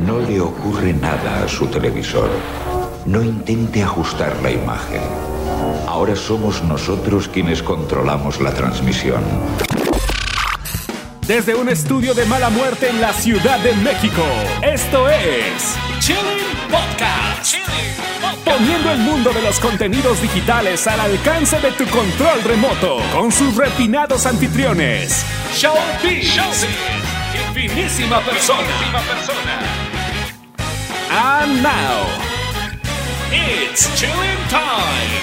No le ocurre nada a su televisor. No intente ajustar la imagen. Ahora somos nosotros quienes controlamos la transmisión. Desde un estudio de mala muerte en la Ciudad de México, esto es Chilling Podcast. Poniendo el mundo de los contenidos digitales al alcance de tu control remoto, con sus refinados anfitriones, Showbiz y finísima persona. And now, it's Chilling Time.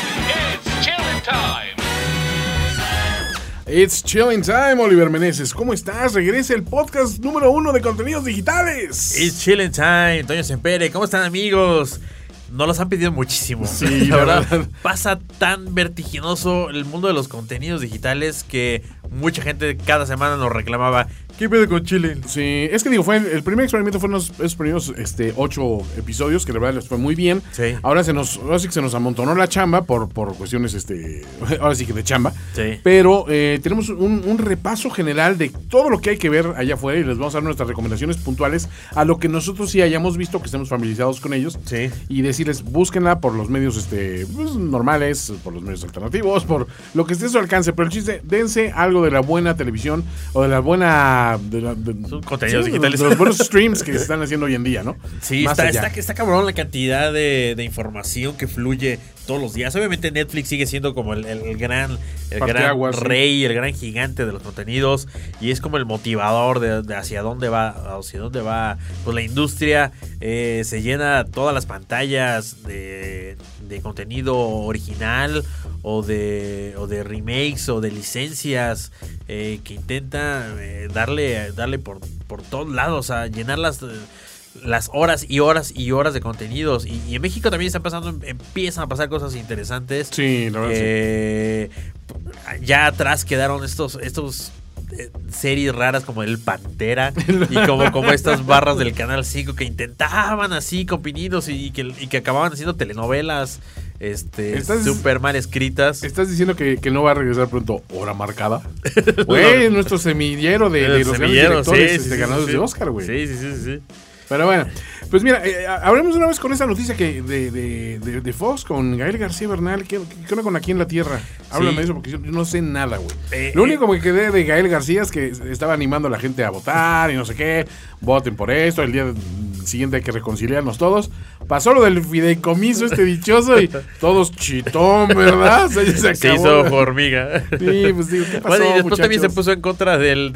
It's Chilling Time, Oliver Meneses. ¿Cómo estás? Regresa el podcast número 1 de contenidos digitales. It's Chilling Time, Toño Sempere. ¿Cómo están, amigos? Nos los han pedido muchísimo. Sí, la verdad. Pasa tan vertiginoso el mundo de los contenidos digitales que mucha gente cada semana nos reclamaba. ¿Qué pedo con Chilling? Sí, es que digo, fue el primer experimento fueron esos primeros 8 episodios que la verdad les fue muy bien. Sí. Ahora sí que se nos amontonó la chamba por cuestiones ahora sí que de chamba. Sí. Pero tenemos un repaso general de todo lo que hay que ver allá afuera y les vamos a dar nuestras recomendaciones puntuales a lo que nosotros sí hayamos visto, que estemos familiarizados con ellos. Sí. Y decirles, búsquenla por los medios pues, normales, por los medios alternativos, por lo que esté a su alcance. Pero el chiste, dense algo de la buena televisión o de la buena contenidos digitales. De los buenos streams que se están haciendo hoy en día, ¿no? Sí, está cabrón la cantidad de información que fluye todos los días. Obviamente Netflix sigue siendo como el gran rey, el gran gigante de los contenidos, y es como el motivador de hacia dónde va pues la industria. Se llena todas las pantallas de contenido original o de remakes o de licencias que intenta darle por todos lados, a llenar las horas y horas y horas de contenidos. Y en México también empiezan a pasar cosas interesantes. Sí, la verdad, sí. Ya atrás quedaron estos series raras como El Pantera y como estas barras del Canal 5 que intentaban así con pininos y que acababan haciendo telenovelas súper mal escritas. ¿Estás diciendo que no va a regresar pronto Hora Marcada? Güey, nuestro semillero de los grandes directores ganadores de Oscar, güey. Sí. Pero bueno, pues mira, hablemos una vez con esta noticia que de Fox con Gael García Bernal. ¿Qué onda con Aquí en la Tierra? Háblame de eso porque yo no sé nada, güey. Lo único que quedé de Gael García es que estaba animando a la gente a votar y no sé qué. Voten por esto, el día siguiente hay que reconciliarnos todos. Pasó lo del fideicomiso dichoso y todos chitón, ¿verdad? Se hizo hormiga. Sí, pues digo, ¿qué pasó, bueno, y después muchachos? también se puso en contra del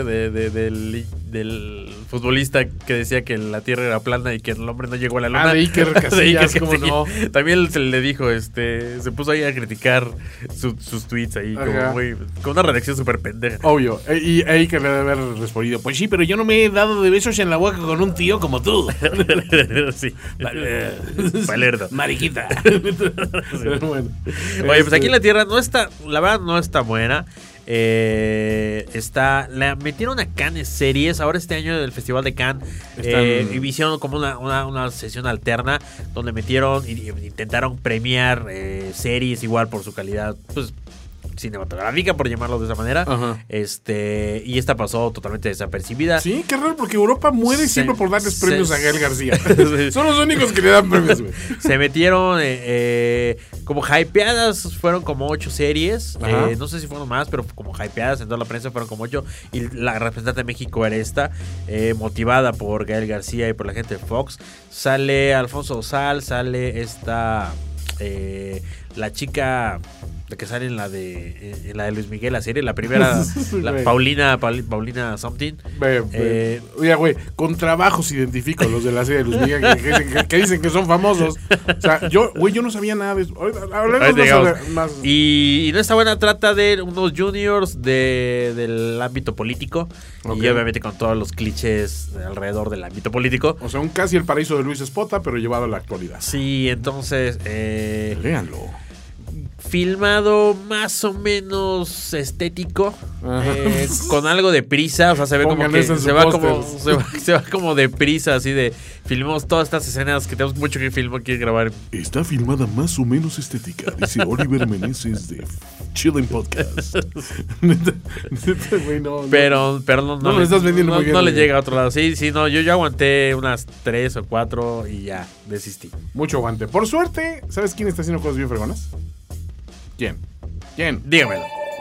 futbolista que decía que la Tierra era plana y que el hombre no llegó a la luna. De Iker Casillas, ¿cómo no? También se le dijo, se puso ahí a criticar sus tweets ahí, como muy, con una redacción súper pendeja. Obvio, y Iker le debe haber respondido, pues sí, pero yo no me he dado de besos en la boca con un tío como tú. Sí. Palerdo. Mariquita. Bueno, oye, pues Aquí en la Tierra la verdad no está buena. La metieron a Cannes Series ahora este año del Festival de Cannes. Y hicieron como una sesión alterna donde metieron y intentaron premiar series igual por su calidad, pues cinematográfica, por llamarlo de esa manera. Ajá. Y esta pasó totalmente desapercibida. Sí, qué raro, porque Europa muere siempre por darles premios a Gael García. Son los únicos que le dan premios, güey. Se metieron como hypeadas, fueron como 8 series. No sé si fueron más, pero como hypeadas en toda la prensa fueron como 8. Y la representante de México era esta, motivada por Gael García y por la gente de Fox. Sale Alfonso Sal, sale la chica, la que sale en la de Luis Miguel, la serie, la primera, Paulina Something. Oye, güey, con trabajo se identifico los de la serie de Luis Miguel que dicen que son famosos. O sea, yo no sabía nada de eso. Hablemos más. Y no está buena, trata de unos juniors del ámbito político. Okay. Y obviamente con todos los clichés alrededor del ámbito político. O sea, casi El Paraíso de Luis Espota, pero llevado a la actualidad. Sí, entonces léanlo. filmado más o menos estético, con algo de prisa, o sea, se ve como que se va como de prisa, así de filmamos todas estas escenas que tenemos mucho que filmar, que grabar. Está filmada más o menos estética, dice Oliver Meneses de Chilling Podcast. Pero no le estás vendiendo muy bien. No le llega a otro lado. Sí, no, yo aguanté unas 3 o 4 y ya desistí. Mucho aguante. Por suerte, ¿sabes quién está haciendo cosas bien fregonas? ¿Quién? Dígamelo.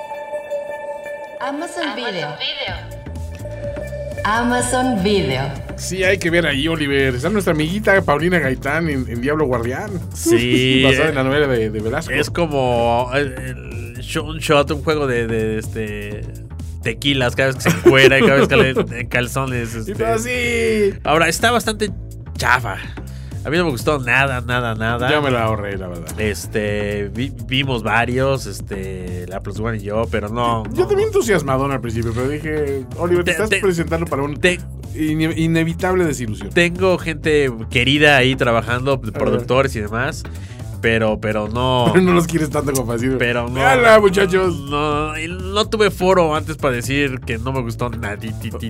Amazon Video. Sí, hay que ver ahí, Oliver. Está nuestra amiguita Paulina Gaitán en Diablo Guardián. Sí. Basada en la novela de Velasco. Es como un juego de tequilas cada vez que se encuera y cada vez que le calzones. Y todo así. Ahora, está bastante chafa. A mí no me gustó nada. Yo me la ahorré, la verdad. Vimos varios, la Plus One y yo, pero no. Yo también entusiasmadón al principio, pero dije, Oliver, te estás presentando para un inevitable desilusión. Tengo gente querida ahí trabajando, productores y demás. Pero no. No los quieres tanto como así. Pero no. ¡Hala, muchachos! No tuve foro antes para decir que no me gustó nada.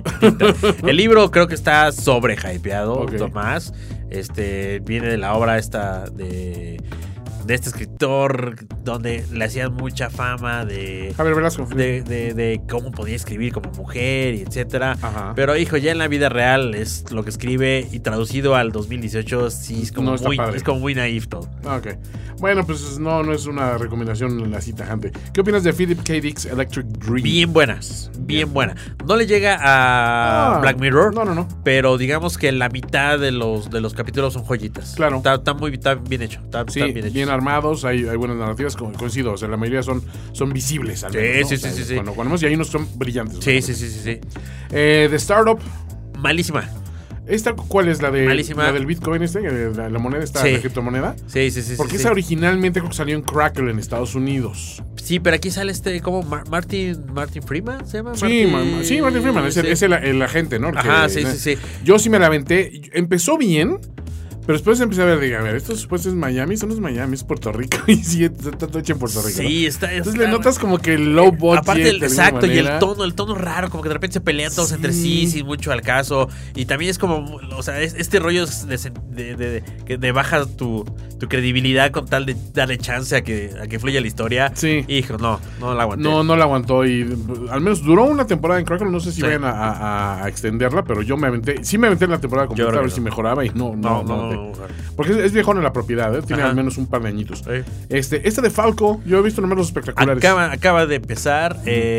El libro creo que está sobrehypeado, Tomás. Viene de la obra esta de este escritor donde le hacían mucha fama de Javier Velasco, de cómo podía escribir como mujer y etcétera. Ajá. Pero hijo, ya en la vida real es lo que escribe y traducido al 2018 sí es como muy naif todo. Ok. Bueno, pues no es una recomendación así tajante. ¿Qué opinas de Philip K. Dick's Electric Dream? Bien buena. No le llega a Black Mirror. No. Pero digamos que la mitad de los capítulos son joyitas. Claro. Está bien hecho. Está bien hecho. Bien armados, hay buenas narrativas, coincido, o sea, la mayoría son visibles al menos, ¿no? Sí. Cuando vemos, y hay unos que son brillantes. Sí. The Startup. Malísima. ¿Esta cuál es? ¿La Malísima. del Bitcoin la moneda esta, la criptomoneda? Sí. Porque esa originalmente creo que salió en Crackle en Estados Unidos. Sí, pero aquí sale ¿cómo? Martin Freeman ¿se llama? Sí, Martin Freeman, es el agente, ¿no? Ajá, sí. Yo sí me la aventé, empezó bien. Pero después empecé a ver, esto después es Miami, eso no es Miami, es Puerto Rico. Y sí, está todo hecho en Puerto Rico. Sí, ¿no? está. Entonces le notas como que el low budget. Aparte exacto, y el tono raro, como que de repente se pelean todos entre sí sin mucho al caso. Y también es como, o sea, este rollo de baja tu credibilidad con tal de darle chance a que fluya la historia. Sí. Hijo, no la aguanté. No la aguantó y al menos duró una temporada en Crackle. No sé si vayan a extenderla, pero yo me aventé en la temporada completa a ver si mejoraba y no. Porque es viejón en la propiedad, tiene al menos un par de añitos. Sí. Este de Falco, yo he visto nomás los espectaculares. Acaba de empezar.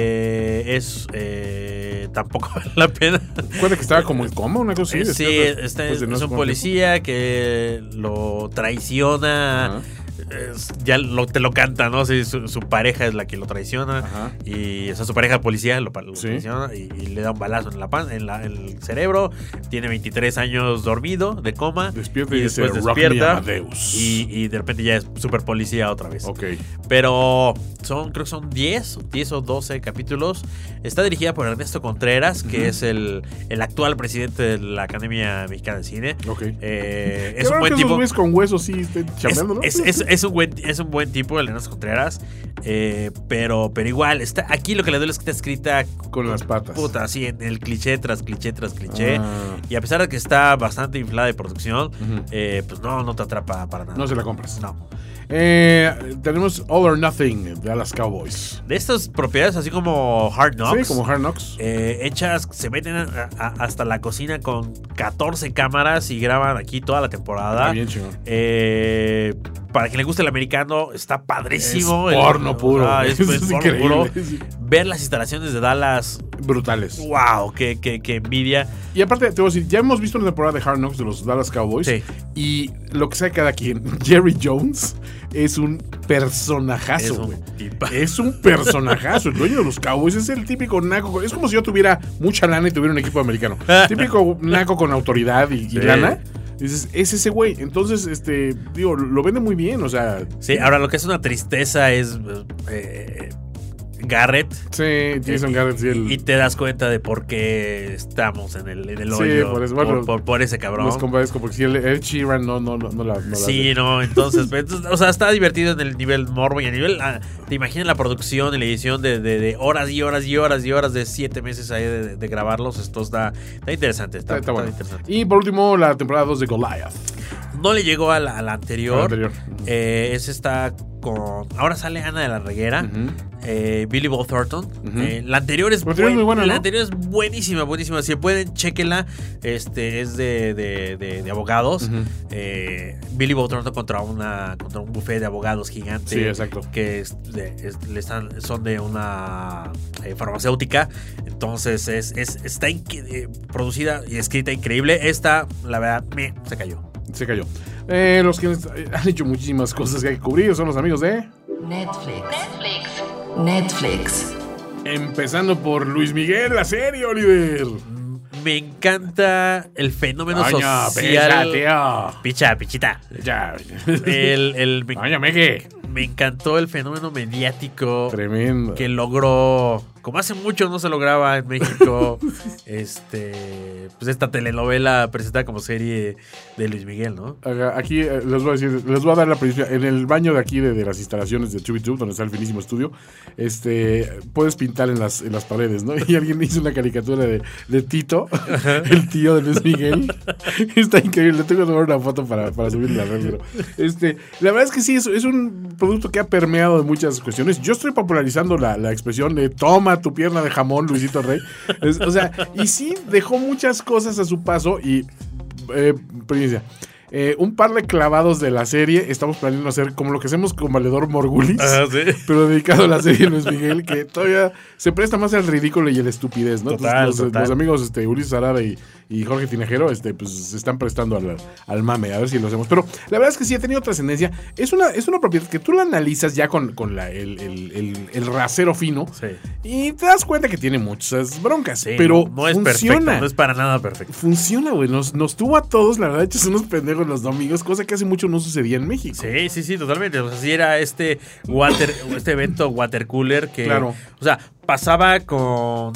Tampoco vale la pena. ¿Recuerda que estaba como en coma, una cosa así? Sí, es un policía que lo traiciona. Ajá. Te lo canta, ¿no? Sí, su pareja es la que lo traiciona. Ajá. Y su pareja policía lo traiciona y le da un balazo en el cerebro. Tiene 23 años dormido, de coma. Despierta y después despierta. Y de repente ya es super policía otra vez. Ok. Pero creo que son 10 o 12 capítulos. Está dirigida por Ernesto Contreras, que es el actual presidente de la Academia Mexicana de Cine. Ok. Es un buen tipo. Esos con huesos sí estén chambeando, ¿no? Es un buen tipo, el Ernesto Contreras. Pero igual, aquí lo que le duele es que está escrita con las patas. Puta, así en el cliché tras cliché tras cliché. Y a pesar de que está bastante inflada de producción, pues no te atrapa para nada. No se la compras. No. Tenemos All or Nothing de Dallas Cowboys. De estas propiedades, así como Hard Knocks. Sí, como Hard Knocks. Hechas, se meten hasta la cocina con 14 cámaras y graban aquí toda la temporada. Bien chingón. Para quien le guste el americano, está padrísimo. Es porno puro. Es porno puro. Ver las instalaciones de Dallas. Brutales. Wow, qué envidia. Y aparte, te voy a decir, ya hemos visto una temporada de Hard Knocks de los Dallas Cowboys. Sí. Y lo que sabe cada quien, Jerry Jones es un personajazo, güey. Es un personajazo. El dueño de los Cowboys es el típico naco. Es como si yo tuviera mucha lana y tuviera un equipo americano. Típico naco con autoridad y lana. Dices, es ese güey. Entonces, lo vende muy bien, o sea. Sí, ahora lo que es una tristeza es Garrett. Sí, Jason Garrett. Sí, y te das cuenta de por qué estamos en el hoyo. Por, eso, bueno, por ese cabrón. Los compadezco, porque si el Sheeran no la sí, no, entonces, o sea, está divertido en el nivel morbo y a nivel. Te imaginas la producción y la edición de horas y horas y horas y horas de 7 meses ahí de grabarlos. Esto está interesante. Está bueno. Interesante. Y por último, la temporada 2 de Goliath. No le llegó a la anterior. Ese está con. Ahora sale Ana de la Reguera. Billy Bob Thornton. La anterior es muy buena, La ¿no? anterior es buenísima. Si pueden, chéquenla. Es de abogados. Billy Bob Thornton contra un buffet de abogados gigante. Sí, exacto. Que son de una farmacéutica. Entonces está producida y escrita increíble. Esta, la verdad, se cayó. Los que han hecho muchísimas cosas que hay que cubrir son los amigos de Netflix. Empezando por Luis Miguel, la serie, Oliver. Me encanta el fenómeno social. Pichita. Ya. Me encantó el fenómeno mediático. Tremendo. Que logró, como hace mucho no se lograba en México, pues esta telenovela presentada como serie de Luis Miguel, ¿no? Aquí les voy a dar la primicia. En el baño de aquí de las instalaciones de Chubitub, donde está el finísimo estudio, puedes pintar en las paredes, ¿no? Y alguien hizo una caricatura de Tito, el tío de Luis Miguel. Está increíble. Tengo que tomar una foto para subirla a la red, pero la verdad es que sí, es un producto que ha permeado de muchas cuestiones. Yo estoy popularizando la expresión de toma tu pierna de jamón, Luisito Rey. Y sí, dejó muchas cosas a su paso y primicia. Un par de clavados de la serie. Estamos planeando hacer como lo que hacemos con Valedor Morgulis, ¿sí? pero dedicado a la serie de Luis Miguel, que todavía se presta más al ridículo y a la estupidez, ¿no? Total. Los amigos Ulises Arada y Jorge Tinajero pues se están prestando al mame, a ver si lo hacemos. Pero la verdad es que sí ha tenido trascendencia. Es una propiedad que tú la analizas ya con el rasero fino, sí, y te das cuenta que tiene muchas broncas, sí, pero no es funciona. perfecto, no es para nada perfecto. Funciona, güey. Nos tuvo a todos, la verdad, hechos unos pendejos los domingos, cosa que hace mucho no sucedía en México. Sí, totalmente. O sea, sí era este evento water cooler que, claro, o sea, pasaba con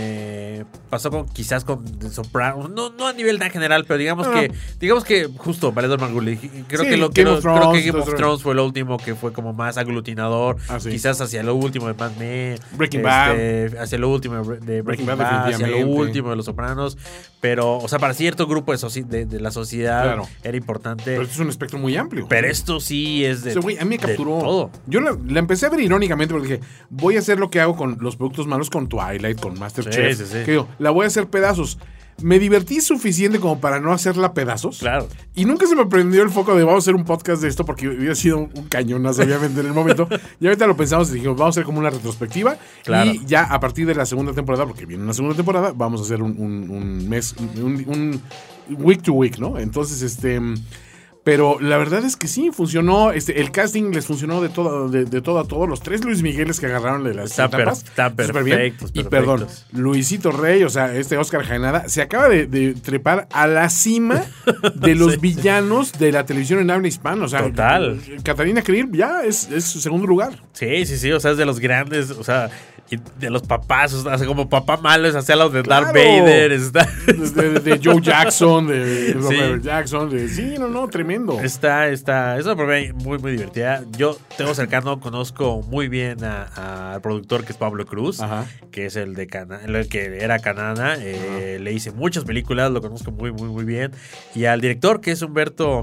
quizás con Soprano, no a nivel tan general, pero digamos que justo Valedor Morgulis, creo que Game of Thrones fue lo último que fue como más aglutinador, sí, quizás hacia lo último de Mad Men, Breaking Bad, hacia lo último de Breaking Bad, hacia lo último de Los Sopranos, pero o sea, para cierto grupo de la sociedad, claro, era importante. Pero esto es un espectro muy amplio. Pero esto sí es de, güey, a mí me capturó todo. Yo la empecé a ver irónicamente porque dije, voy a hacer lo que hago con los productos malos, con Twilight, con Masterchef. Sí. Que digo, la voy a hacer pedazos. Me divertí suficiente como para no hacerla pedazos. Claro. Y nunca se me prendió el foco de vamos a hacer un podcast de esto porque hubiera sido un cañonazo, obviamente, en el momento. Y ahorita lo pensamos y dijimos, vamos a hacer como una retrospectiva. Claro. Y ya a partir de la segunda temporada, porque viene una segunda temporada, vamos a hacer un mes, un week to week, ¿no? Entonces, pero la verdad es que sí, funcionó. El casting les funcionó de todo a todo. Los 3 Luis Migueles que agarraron de las etapas. Están perfectos. Y perdón, Luisito Rey, o sea, Oscar Jaenada, se acaba de trepar a la cima de los villanos de la televisión en habla hispana. O sea, total. Catalina Krill ya es su segundo lugar. Sí, o sea, es de los grandes, o sea, y de los papás, o sea, como papá malo, es hacia los de Darth Vader, de Joe Jackson, de Robert Jackson, tremendo. Es una prueba muy, muy divertida. Yo tengo cercano, conozco muy bien al productor que es Pablo Cruz, ajá, que es el que era Canana, le hice muchas películas, lo conozco muy, muy, muy bien. Y al director, que es Humberto,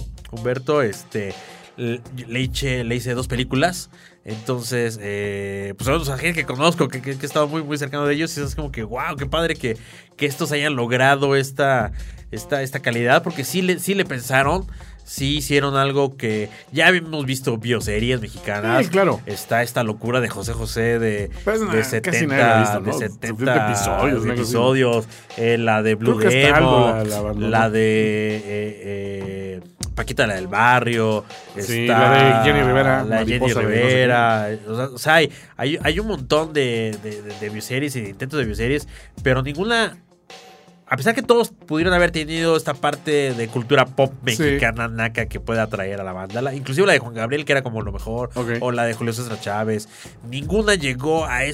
le hice 2 películas. Entonces, pues son gente que conozco, que he estado muy, muy cercano de ellos. Y es como que, wow, qué padre que estos hayan logrado esta calidad. Porque sí le pensaron. Sí hicieron algo que ya habíamos visto bioseries mexicanas. Sí, claro. Está esta locura de José José de 70 episodios. La de Blue Demon, la de Paquita, la del barrio. Sí, la de Jenny Rivera. La de Jenny Rivera. O sea, hay un montón de bioseries y de intentos de bioseries, pero ninguna a pesar que todos pudieron haber tenido esta parte de cultura pop mexicana naca que puede atraer a la banda, inclusive la de Juan Gabriel, que era como lo mejor, o la de Julio César Chávez, ninguna llegó a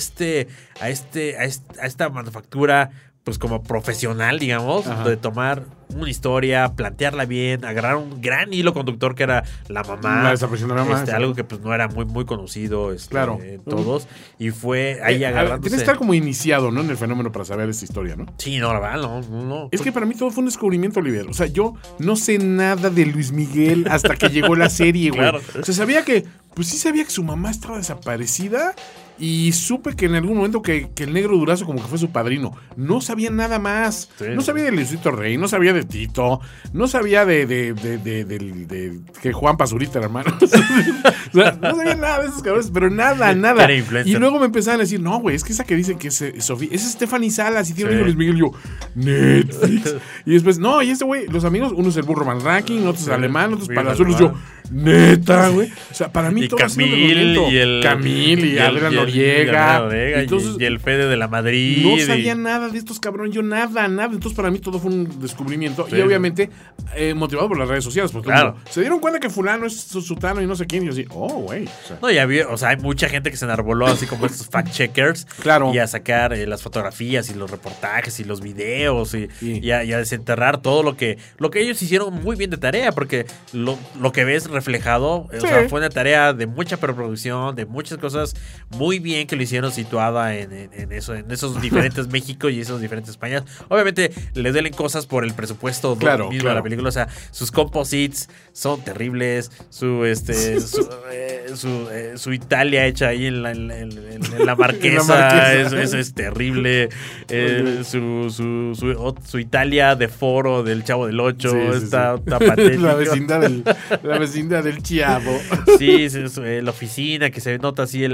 esta manufactura pues como profesional, digamos, de tomar una historia, plantearla bien, agarrar un gran hilo conductor que era la mamá. La desaparición de la mamá. Algo que pues no era muy conocido todos. Y fue ahí agarrándose. Tienes que estar como iniciado, ¿no? En el fenómeno para saber esta historia, ¿no? Sí, no, la verdad, no. Es que para mí todo fue un descubrimiento, Oliver. O sea, yo no sé nada de Luis Miguel hasta que llegó la serie, güey. Claro. O sea, sabía que su mamá estaba desaparecida. Y supe que en algún momento que el Negro Durazo como que fue su padrino. No sabía nada más. Sí. No sabía de Luisito Rey, no sabía de Tito, no sabía de que Juan Pazurita era hermano. O sea, no sabía nada de esos cabrones, pero nada. Y luego me empezaban a decir, no, güey, es que esa que dicen que es Sofía, es Stephanie Salas y tiene un hijo Luis Miguel. Y yo, Netflix. Y después, no, y este güey, los amigos, uno es el Burro Van Ranking, otro es alemán, otro es Palazuelos. Yo, neta, güey. O sea, para mí y todo Camil y Adrián Noriega. Y el Fede de la Madrid. No sabía nada de estos cabrones, yo nada. Entonces para mí todo fue un descubrimiento. Sí. Y obviamente motivado por las redes sociales. Porque se dieron cuenta que fulano es sutano y no sé quién. Y yo así, güey. O sea. No, ya vi, o sea, hay mucha gente que se enarboló así como estos fact-checkers. Claro. Y a sacar las fotografías y los reportajes y los videos y a desenterrar todo lo que ellos hicieron muy bien de tarea. Porque lo que ves reflejado, o sea, fue una tarea de mucha preproducción, de muchas cosas muy bien que lo hicieron situada en esos diferentes México y esos diferentes Españas. Obviamente le duelen cosas por el presupuesto mismo de la película. O sea, sus composites son terribles, su Italia hecha ahí en la Marquesa, eso es terrible. Su Italia de foro del Chavo del Ocho está patético. La vecindad del Chiavo. Sí, la oficina que se nota así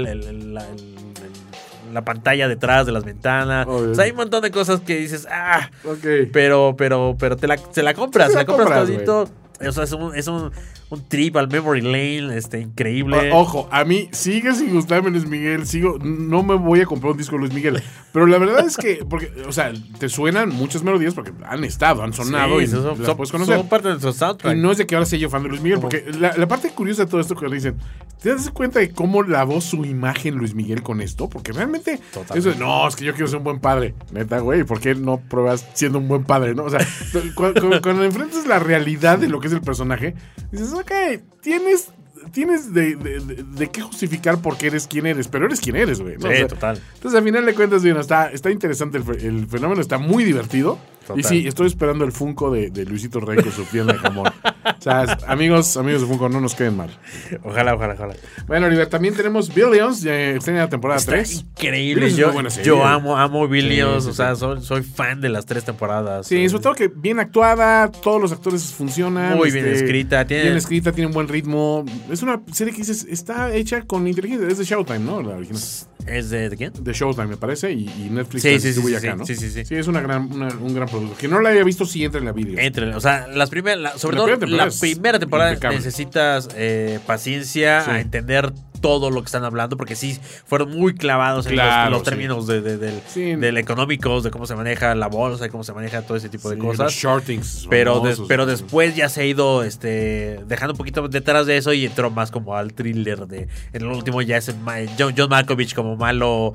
la pantalla detrás de las ventanas. O sea, hay un montón de cosas que dices, pero te la compras, todito. O sea, es un trip al Memory Lane, increíble. Ojo, a mí sigue sin gustarme Luis Miguel, no me voy a comprar un disco de Luis Miguel, pero la verdad es que, porque, o sea, te suenan muchas melodías porque han sonado y las puedes conocer. Son parte de nuestro soundtrack. Y no es de que ahora sea yo fan de Luis Miguel, porque la parte curiosa de todo esto que dicen, ¿te das cuenta de cómo lavó su imagen Luis Miguel con esto? Porque realmente, eso es que yo quiero ser un buen padre. Neta, güey, ¿por qué no pruebas siendo un buen padre, no? O sea, cuando enfrentas la realidad de lo que es el personaje, dices, ok, tienes de qué justificar por qué eres quien eres, pero eres quien eres, güey, ¿no? Sí, total. Entonces, al final de cuentas, bien, está interesante el fenómeno, está muy divertido. Total. Y sí, estoy esperando el Funko de Luisito Rey con su pierna de jamón. O sea, amigos de Funko, no nos queden mal. Ojalá. Bueno, Oliver, también tenemos Billions, extraña temporada 3. Increíble. Yo amo Billions, o sea, soy fan de las 3 temporadas. Sí, sobre todo que bien actuada, todos los actores funcionan. Muy bien escrita. Bien escrita, tiene un buen ritmo. Es una serie que dices, está hecha con inteligencia, es de Showtime, ¿no? La original. ¿Es de quién? De Showtime, me parece, y Netflix distribuye acá, ¿no? Sí. Sí, es un gran producto. Que no la haya visto, sí entra en la video. O sea, sobre todo la primera temporada impecable. Necesitas paciencia a entender todo lo que están hablando, porque sí fueron muy clavados en los términos del económicos, de cómo se maneja la bolsa, de cómo se maneja todo ese tipo de cosas. Los shortings. Pero después ya se ha ido dejando un poquito detrás de eso y entró más como al thriller en el último ya es John Malkovich como malo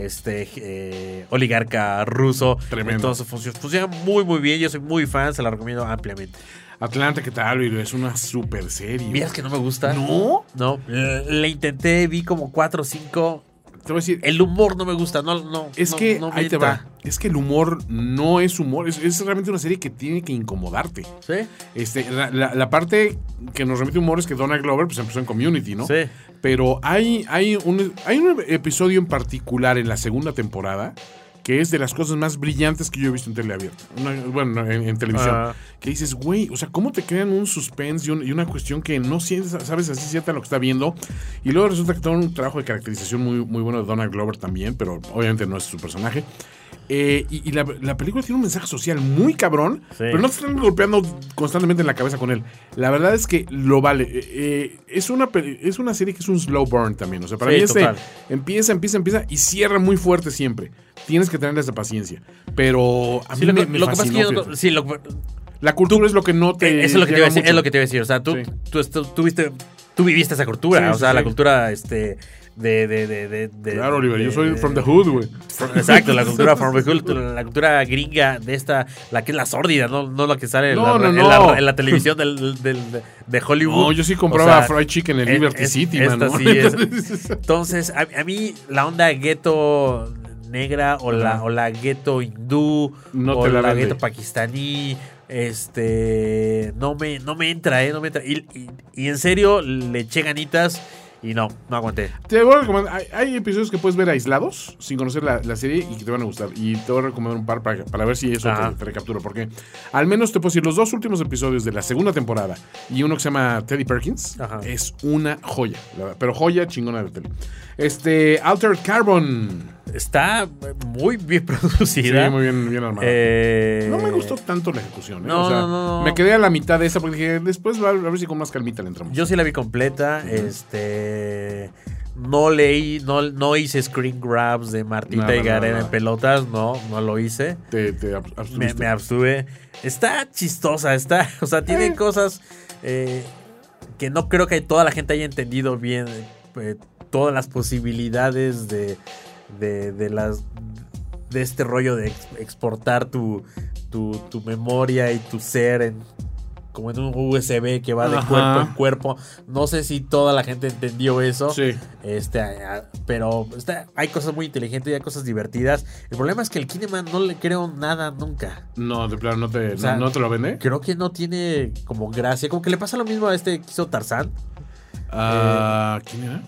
oligarca ruso. Tremendo. Entonces funciona muy muy bien, yo soy muy fan, se la recomiendo ampliamente. Atlanta, ¿qué tal? Es una super serie. Miras que no me gusta. ¿No? No, le intenté, vi como 4 o 5. Te voy a decir, el humor no me gusta, no. Es que ahí te va. Es que el humor no es humor, es realmente una serie que tiene que incomodarte. Sí. La parte que nos remite humor es que Donald Glover pues empezó en Community, ¿no? Sí. Pero hay un episodio en particular en la segunda temporada que es de las cosas más brillantes que yo he visto en teleabierta. En televisión. Que dices, güey, o sea, ¿cómo te crean un suspense y una cuestión que no sabes así cierta lo que está viendo? Y luego resulta que todo un trabajo de caracterización muy, muy bueno de Donald Glover también, pero obviamente no es su personaje. Y la película tiene un mensaje social muy cabrón, pero no te están golpeando constantemente en la cabeza con él. La verdad es que lo vale. Es una serie que es un slow burn también. O sea, para mí empieza y cierra muy fuerte siempre. Tienes que tener esa paciencia. Pero a mí me fascinó. La cultura es lo que no te... Eso es lo que te iba a decir. Es lo que te iba a decir. O sea, tú viviste esa cultura. La cultura... Claro, Oliver, yo soy from the hood, güey. Exacto, la cultura from the hood, la cultura gringa de esta, la que es la sórdida, no la que sale en la televisión de Hollywood. No, yo sí compraba fried chicken en el Liberty City, man. Sí es. Entonces, a mí la onda gueto negra o la gueto hindú o la gueto pakistaní no me entra, no me entra. Y en serio le eché ganitas. Y no aguanté. Te voy a recomendar. Hay episodios que puedes ver aislados, sin conocer la serie, y que te van a gustar. Y te voy a recomendar un par para ver si eso te recaptura. Porque al menos te puedo decir, los 2 últimos episodios de la segunda temporada y uno que se llama Teddy Perkins es una joya. Pero joya chingona de tele. Altered Carbon. Está muy bien producida. Sí, muy bien armada. No me gustó tanto la ejecución. No. Me quedé a la mitad de esa porque dije, después a ver si con más calmita le entramos. Yo sí la vi completa. No hice screen grabs de Martita y Gareda en pelotas. No lo hice. Te abstuviste. Me abstuve. Está chistosa. Tiene cosas que no creo que toda la gente haya entendido bien. Todas las posibilidades de este rollo de exportar tu memoria y tu ser como en un USB que va de cuerpo en cuerpo. No sé si toda la gente entendió eso. Sí. Pero hay cosas muy inteligentes y hay cosas divertidas. El problema es que el Kinnaman no le creo nada nunca. No, de plano, ¿no te lo vende? Creo que no tiene como gracia. Como que le pasa lo mismo a que hizo Tarzán. ¿Quién era?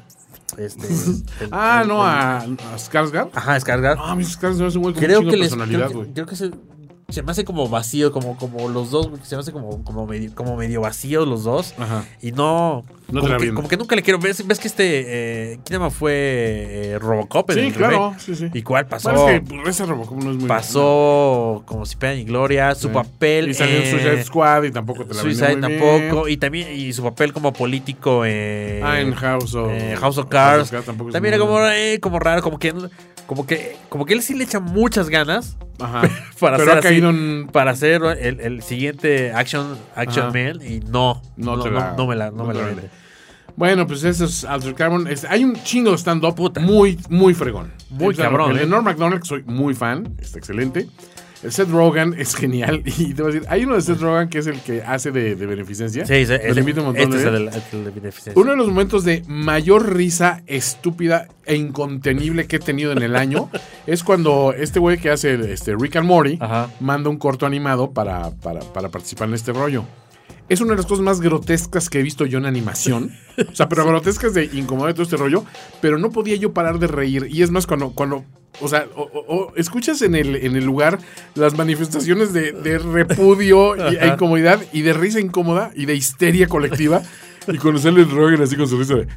A Skarsgård. Ajá, Skarsgård. A mí Skarsgård es un güey con un chingo de personalidad, güey. Creo que se me hace como vacío, como los dos, se me hace como medio vacío los dos. Ajá. Y no como que nunca le quiero. ¿Ves que ¿quién más fue Robocop? Sí, claro. Sí. ¿Y cuál pasó? Bueno, es que ese Robocop no es muy... Pasó como si pena y gloria. Su papel... Y salió en Suicide Squad y tampoco te la vendió muy bien. Tampoco. Y su papel como político en House of Cards. También era como raro, como que él sí le echa muchas ganas. Ajá. para hacer el siguiente Action Man y no me la vende. Bueno, pues eso es Altered Carbon. Hay un chingo de stand-up muy, muy fregón. Muy cabrón. El de Norm Macdonald, que soy muy fan, está excelente. El Seth Rogen es genial. Y te voy a decir, hay uno de Seth Rogen que es el que hace de beneficencia. Sí, lo invito un montón es el de beneficencia. Uno de los momentos de mayor risa estúpida e incontenible que he tenido en el año es cuando este güey que hace Rick and Morty manda un corto animado para participar en este rollo. Es una de las cosas más grotescas que he visto yo en animación. O sea, pero grotescas de incomodar todo este rollo. Pero no podía yo parar de reír. Y es más, cuando o sea, escuchas en el lugar las manifestaciones de repudio e incomodidad y de risa incómoda y de histeria colectiva. Y cuando sale el Rogen así con su risa de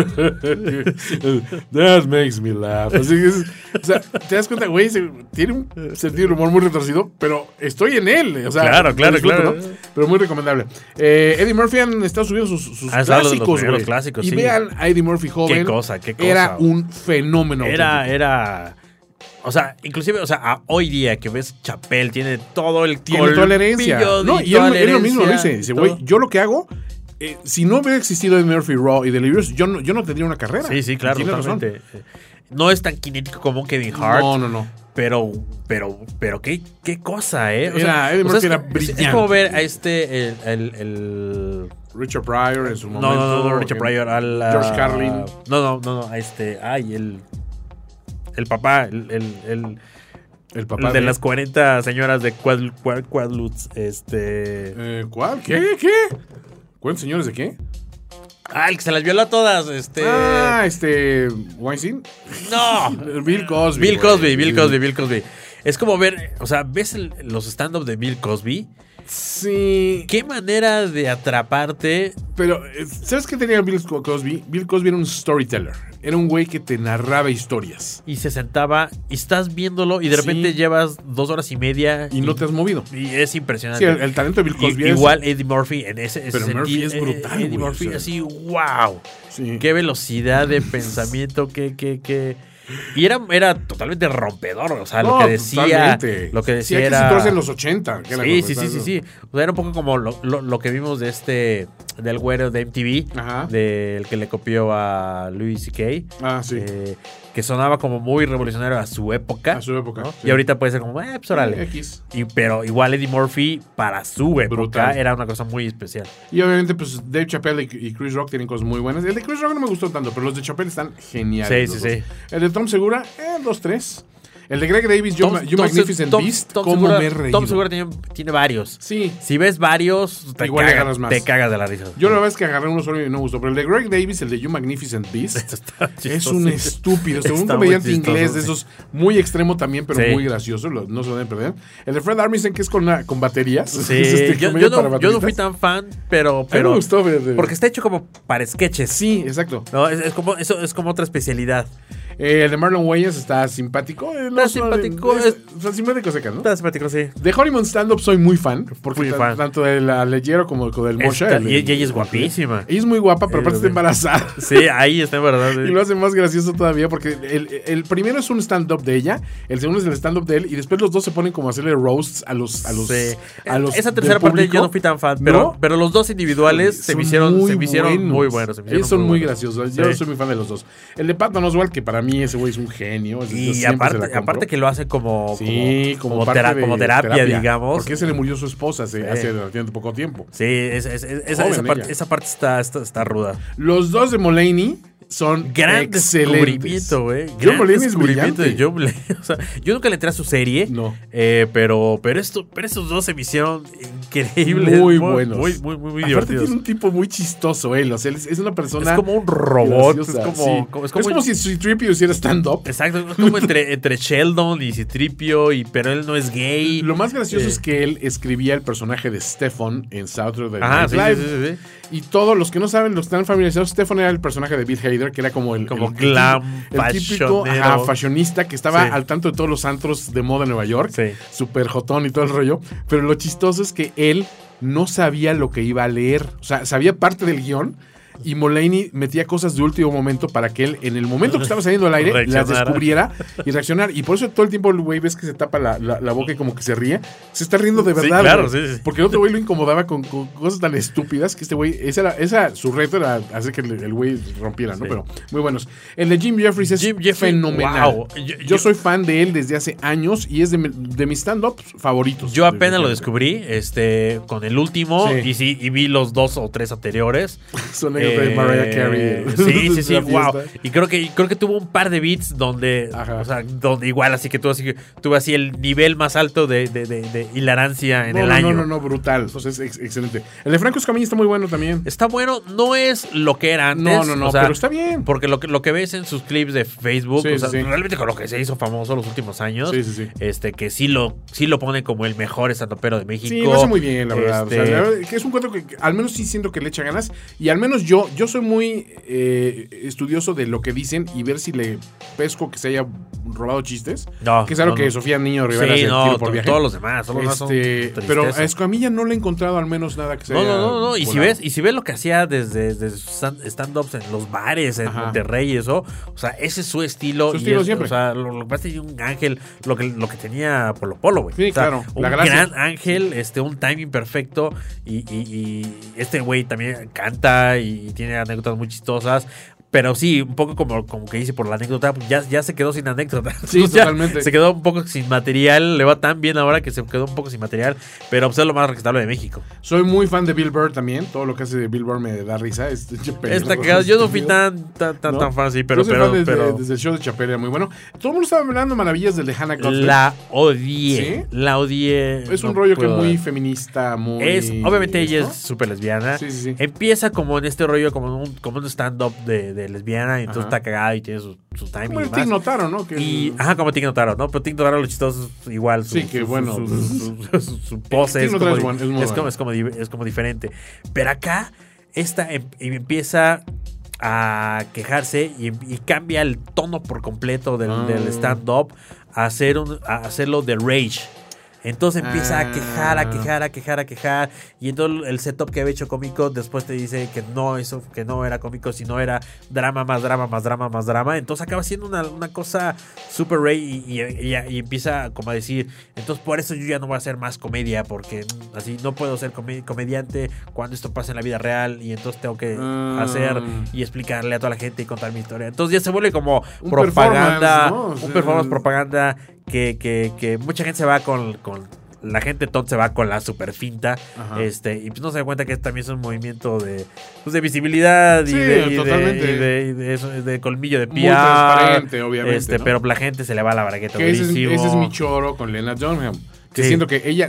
That makes me laugh. Así es, o sea, te das cuenta, güey, tiene un sentido del humor muy retorcido, pero estoy en él. O sea, claro. ¿no? Pero muy recomendable. Eddie Murphy han estado subiendo sus clásicos, güey. Clásicos, y vean a Eddie Murphy joven. Qué cosa. Era un fenómeno. Era o sea, inclusive, hoy día que ves Chappelle tiene toda la herencia. No, y él lo mismo lo dice. Dice, güey, yo lo que hago, si no hubiera existido Eddie Murphy, Raw y Delirious, yo no tendría una carrera. Sí, claro, totalmente. No es tan kinético como Kevin Hart. No. Pero qué cosa, O sea, Eddie Murphy era brillante. Es como ver a el Richard Pryor en su momento. No, Richard Pryor, George Carlin. No, el papá, el papá de las 40 señoras de Quadlutz, ¿Cuál? ¿Qué? ¿Cuántos señores de qué? El que se las violó a todas, ¿Weinstein? No. Bill Cosby. Bill Cosby. Es como ver, o sea, ¿ves los stand-up de Bill Cosby? Sí. ¿Qué manera de atraparte Pero, ¿sabes qué tenía Bill Cosby? Bill Cosby era un storyteller. Era un güey que te narraba historias. Y se sentaba y estás viéndolo y de repente llevas 2 horas y media. Y no te has movido. Y es impresionante. Sí, el talento de Bill Cosby igual Eddie Murphy en ese pero sentido. Murphy es brutal, Eddie Murphy así, wow. Sí. Qué velocidad de pensamiento, Y era totalmente rompedor, o sea, lo que decía sí, hay era... que situarse en los 80. Sí. O sea, era un poco como lo que vimos de del güero de MTV, del que le copió a Louis C.K. Sí. Que sonaba como muy revolucionario a su época. ¿no? Sí. Y ahorita puede ser como, pues órale. X. Pero igual Eddie Murphy, para su época, brutal. Era una cosa muy especial. Y obviamente, pues, Dave Chappelle y Chris Rock tienen cosas muy buenas. El de Chris Rock no me gustó tanto, pero los de Chappelle están geniales. Sí. El de Tom Segura, 2-3. El de Greg Davis, You Magnificent Beast, ¿cómo me he reído? Tom Segura tiene varios. Sí. Si ves varios, te cagas de la risa. Yo la verdad es que agarré uno solo y no me gustó. Pero el de Greg Davis, el de You Magnificent Beast, es un estúpido. Un comediante inglés de esos, muy extremo también, pero muy gracioso. No se lo deben perder. El de Fred Armisen, que es con baterías. Sí. Yo no fui tan fan, pero me gustó. Porque está hecho como para sketches. Sí, exacto. No, es como otra especialidad. El de Marlon Wayans está simpático. Simpático seca, ¿no? Está simpático, sí. De Honeymoon Stand-Up soy muy fan. Porque tanto de la Leyero como del Mosha. Y ella es guapísima. Ella es muy guapa, pero aparte está embarazada. Sí, ahí está embarazada. Y lo hace más gracioso todavía porque el primero es un stand-up de ella, el segundo es el stand-up de él, y después los dos se ponen como a hacerle roasts a los esa tercera parte yo no fui tan fan, pero los dos individuales se me hicieron muy buenos. Ellos son muy graciosos. Yo soy muy fan de los dos. El de Patton Oswalt, que para mí ese güey es un genio. Y aparte que lo hace como terapia, digamos. Porque se le murió su esposa hace relativamente poco tiempo. Sí, esa parte está ruda. Los dos de Mulaney son gran descubrimiento, güey. Gran descubrimiento de John Mulaney. O sea, yo nunca le entré a su serie. No. Pero estos dos se me hicieron increíbles. Muy buenos. Muy Aparte divertidos. Tiene un tipo muy chistoso él. O sea, es una persona. Es como un robot. Es como si Citripio hiciera stand-up. Exacto. Es como entre Sheldon y Citripio, pero él no es gay. Lo más gracioso es que él escribía el personaje de Stefan en Saturday Night Live. Sí. Y todos los que no saben, los que están familiarizados, Stefan era el personaje de Bill Hader, que era como el glam, el típico fashionista que estaba al tanto de todos los antros de moda en Nueva York, super jotón y todo el rollo. Pero lo chistoso es que él no sabía lo que iba a leer, o sea, sabía parte del guión. Y Mulaney metía cosas de último momento para que él, en el momento que estaba saliendo al aire, las descubriera y reaccionar. Y por eso todo el tiempo el güey ves que se tapa la boca y como que se ríe. Se está riendo de verdad. Sí, claro, sí. Porque el otro güey lo incomodaba con cosas tan estúpidas que este güey, su reto era hacer que el güey rompiera, ¿no? Pero muy buenos. El de Jim Jeffries es fenomenal. Wow. Yo soy fan de él desde hace años y es de mis stand-ups favoritos. Yo apenas lo descubrí con el último y vi los 2 o 3 anteriores. Son de Mariah Carey. Sí, wow. Y creo que tuvo un par de beats donde igual así que tuvo así el nivel más alto de hilarancia en el año. No, brutal. Entonces es excelente. El de Franco Escamilla está muy bueno también. Está bueno, no es lo que era antes. No, pero está bien. Porque lo que ves en sus clips de Facebook, realmente con lo que se hizo famoso los últimos años, que sí lo pone como el mejor estandopero de México. Sí, lo hace muy bien, la verdad. O sea, la verdad que es un cuento que al menos sí siento que le echa ganas. Y al menos yo soy muy estudioso de lo que dicen y ver si le pesco que se haya robado chistes. Que es algo que Sofía Niño Rivera se tiro por viaje. Todos los demás son pero a Escamilla no le he encontrado al menos nada que se haya No. Y si ves lo que hacía desde stand-ups en los bares en Monterrey y eso, o sea, ese es su estilo. Su estilo siempre. O sea, lo que pasa es que un ángel, lo que tenía Polo Polo, güey. Sí, o sea, claro. Un gran ángel, un timing perfecto y este güey también canta y tiene anécdotas muy chistosas. Pero sí, un poco como que dice por la anécdota, ya se quedó sin anécdota. Sí, totalmente. Se quedó un poco sin material. Le va tan bien ahora que se quedó un poco sin material. Pero pues es lo más rescatable de México. Soy muy fan de Bill Burr también. Todo lo que hace de Bill Burr me da risa. Yo no fui tan fan, sí, pero desde el show de Chappelle era muy bueno. Todo el mundo estaba hablando maravillas de Hannah Gadsby. La odié. ¿Sí? La odié. Es un rollo que es muy feminista, muy... Obviamente ella es súper lesbiana. Sí. Empieza como en este rollo, como un stand-up de lesbiana, y entonces está cagada y tiene su timing. Como el Tig Notaro, ¿no? Como Tig Notaro, ¿no? Pero Tig Notaro lo chistoso es igual. Su pose es como diferente. Pero acá esta empieza a quejarse y cambia el tono por completo del stand-up a hacerlo de rage. Entonces empieza a quejar. Y entonces el setup que había hecho cómico después te dice que no era cómico, sino era drama más drama. Entonces acaba siendo una cosa super rey y empieza como a decir, entonces por eso yo ya no voy a hacer más comedia, porque así no puedo ser comediante cuando esto pasa en la vida real, y entonces tengo que hacer y explicarle a toda la gente y contar mi historia. Entonces ya se vuelve como un propaganda, ¿no? Un performance propaganda que mucha gente se va con la gente tonta, se va con la super finta. Y pues no se da cuenta que también es un movimiento de visibilidad de colmillo de pie. Muy transparente, obviamente, ¿no? Pero la gente se le va a la bragueta. Ese es mi choro con Lena Dunham, que siento que ella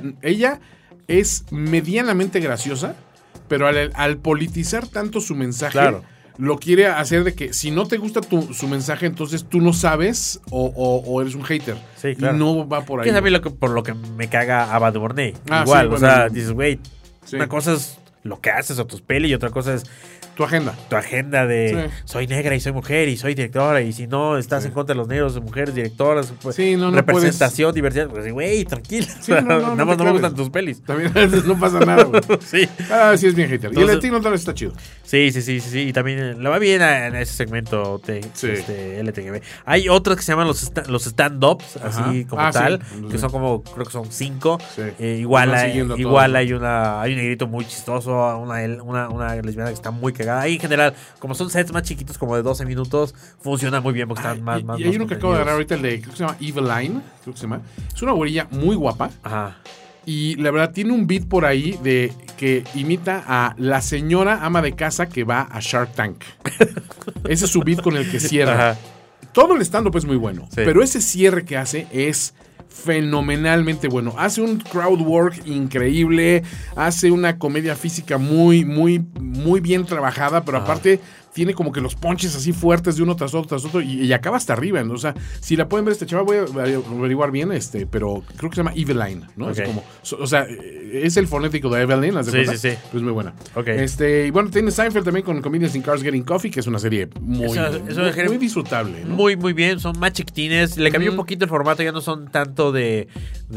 es medianamente graciosa, pero al politizar tanto su mensaje, lo quiere hacer de que si no te gusta su mensaje, entonces tú no sabes o eres un hater. Sí, claro. Y no va por ahí. Que es a mí por lo que me caga Ava DuVernay. Igual, o sea, dices, güey, una cosa es lo que haces o tus pelis y otra cosa es tu agenda. Tu agenda de soy negra y soy mujer y soy directora, y si no estás en contra de los negros, de mujeres directoras, pues, representación, diversidad, pues güey, tranquila. Nada más no me gustan tus pelis. También no pasa nada, güey. Sí es bien hater. Entonces, y el Latino tal vez está chido. Sí. Y también le va bien en ese segmento LTGB. Hay otros que se llaman los stand-ups, así como tal, que son como, creo que son 5. Igual hay un negrito muy chistoso, una lesbiana que está muy cagada. Ahí en general, como son sets más chiquitos, como de 12 minutos, funciona muy bien porque están más. Y hay uno que acabo de agarrar ahorita, el de, creo que se llama Eveline, es una güerilla muy guapa. Y la verdad tiene un beat por ahí de que imita a la señora ama de casa que va a Shark Tank. Ese es su beat con el que cierra. Todo el stand-up es muy bueno, pero ese cierre que hace es fenomenalmente bueno. Hace un crowd work increíble, hace una comedia física muy, muy, muy bien trabajada, pero aparte tiene como que los punches así fuertes de uno tras otro y acaba hasta arriba, ¿no? O sea, si la pueden ver este chaval, voy a averiguar bien, pero creo que se llama Eveline, ¿no? Es como, o sea, es el fonético de Eveline, ¿las de cuenta? Sí. Pues muy buena. Y bueno, tiene Seinfeld también con Comedians in Cars Getting Coffee, que es una serie muy disfrutable, ¿no? Muy, muy bien, son más chiquitines, le cambió un poquito el formato, ya no son tanto de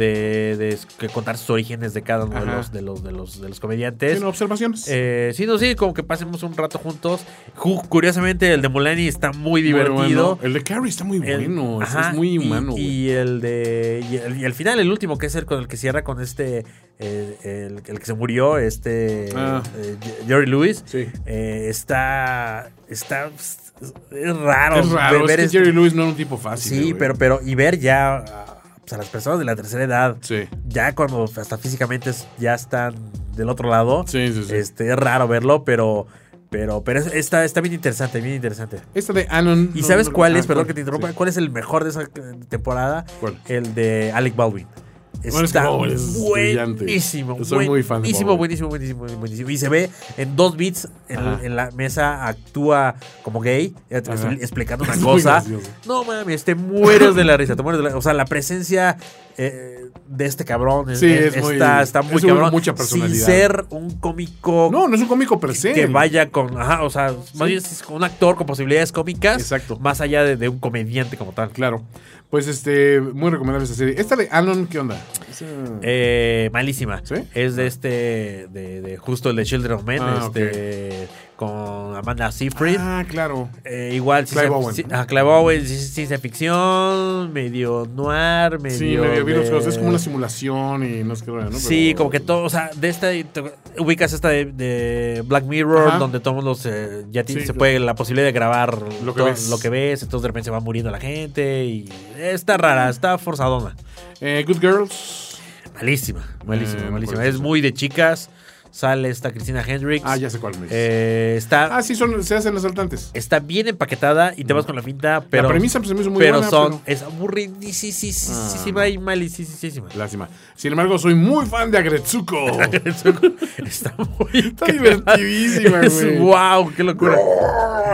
contar sus orígenes de cada uno de los comediantes. Tiene observaciones. Sí, como que pasemos un rato juntos. Curiosamente, el de Mulaney está muy divertido. Muy bueno. El de Carrie está muy bueno. Es muy humano. Y al final, el último, que es el con el que cierra con el que se murió, Jerry Lewis. Sí. Es raro. Es raro. Es que Jerry Lewis no es un tipo fácil. Sí, pero y ver ya a las personas de la tercera edad, ya cuando hasta físicamente ya están del otro lado, es raro verlo, pero está bien interesante, Esta de Anon. ¿Y sabes cuál es? Perdón que te interrumpa. ¿Cuál es el mejor de esa temporada? ¿Cuál? El de Alec Baldwin. Está buenísimo. Soy muy fan de Baldwin. Buenísimo. Y se ve en 2 beats en la mesa, actúa como gay, explicando una cosa. No mames, te mueres de la risa. O sea, la presencia de este cabrón está muy cabrón. Mucha personalidad. Sin ser un cómico. No es un cómico per se. Que vaya con. O sea, más bien es un actor con posibilidades cómicas. Exacto. Más allá de un comediante como tal. Claro. Pues muy recomendable esta serie. Esta de Anon, ¿qué onda? Malísima. ¿Sí? Es de de justo el de Children of Men, con Amanda Seyfried. Claro. Igual Clive Owen. Clive Owen, ciencia ficción, medio noir, medio es como una simulación y no sé qué, ¿no? Sí, como que todo, o sea, de esta ubicas esta de Black Mirror, donde todos los se puede la posibilidad de grabar lo que ves, entonces de repente se va muriendo la gente y está rara, está forzadona. Good Girls. Malísima. Es muy de chicas. Sale esta Christina Hendricks. Ya sé cuál me dice. Se hacen asaltantes. Está bien empaquetada y te vas con la pinta, pero la premisa pues, se me hizo muy buena. Es aburridísima y malísima. Lástima. Sin embargo, soy muy fan de Agretsuko. Está divertidísima, güey. Wow, qué locura.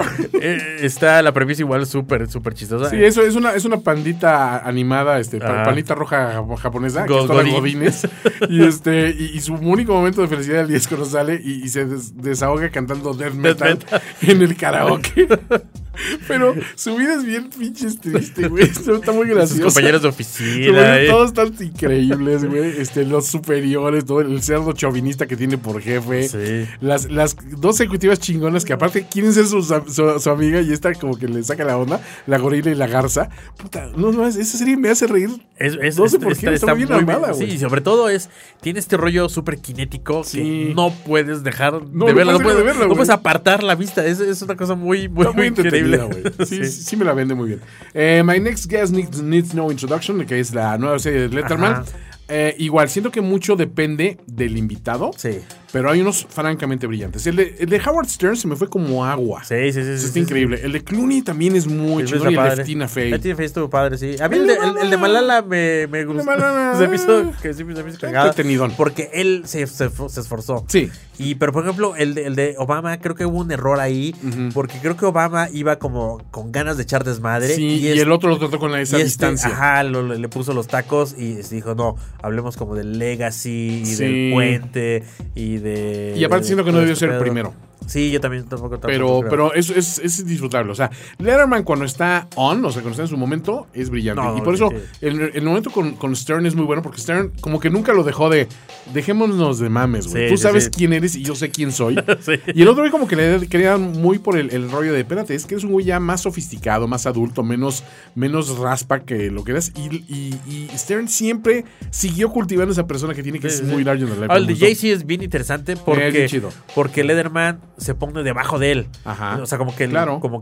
Está la premisa igual súper chistosa. Sí, eso es una pandita animada, pandita roja japonesa, que es toda Godines. Y su único momento de felicidad del día es cuando sale y se desahoga cantando death metal en el karaoke. Pero su vida es bien pinches triste, güey. Está muy gracioso. Sus compañeros de oficina. Todos están increíbles, güey. Los superiores, todo el cerdo chauvinista que tiene por jefe. Sí. Las dos ejecutivas chingonas que aparte quieren ser su amiga y esta como que le saca la onda, la gorila y la garza. Puta, no, esa serie me hace reír. No sé por qué, está muy bien armada, güey. Sí, sobre todo tiene este rollo súper cinético que no puedes dejar de verla. No puedes apartar la vista. Es una cosa muy increíble. Sí, me la vende muy bien. My Next Guest Needs No Introduction, que es la nueva serie de Letterman. Igual, siento que mucho depende del invitado. Sí. Pero hay unos francamente brillantes. El de Howard Stern se me fue como agua. Sí. Está increíble. El de Clooney también es muy chido. Y el de Tina Fey. El Tina Fey estuvo padre, sí. A mí el de Malala me gustó. Se me hizo cagado. Tenidón. Porque él se esforzó. Sí. Pero por ejemplo, el de Obama, creo que hubo un error ahí. Porque creo que Obama iba como con ganas de echar desmadre. Sí, y el otro lo trató con esa distancia. Ajá, le puso los tacos y dijo, no, hablemos como del legacy y del puente y aparte siento que no debió ser el primero. Sí, yo también tampoco. Pero es disfrutable. O sea, Letterman cuando está cuando está en su momento, es brillante. Y por eso el momento con Stern es muy bueno, porque Stern como que nunca lo dejó de dejémonos de mames, güey. Tú sabes quién eres y yo sé quién soy. Y el otro güey como que le quería muy por el rollo de, espérate, es que eres un güey ya más sofisticado, más adulto, menos raspa que lo que eras. Y Stern siempre siguió cultivando esa persona que tiene que ser muy large en la el de Jay-Z es bien interesante porque Letterman se pone debajo de él. Ajá. O sea, como que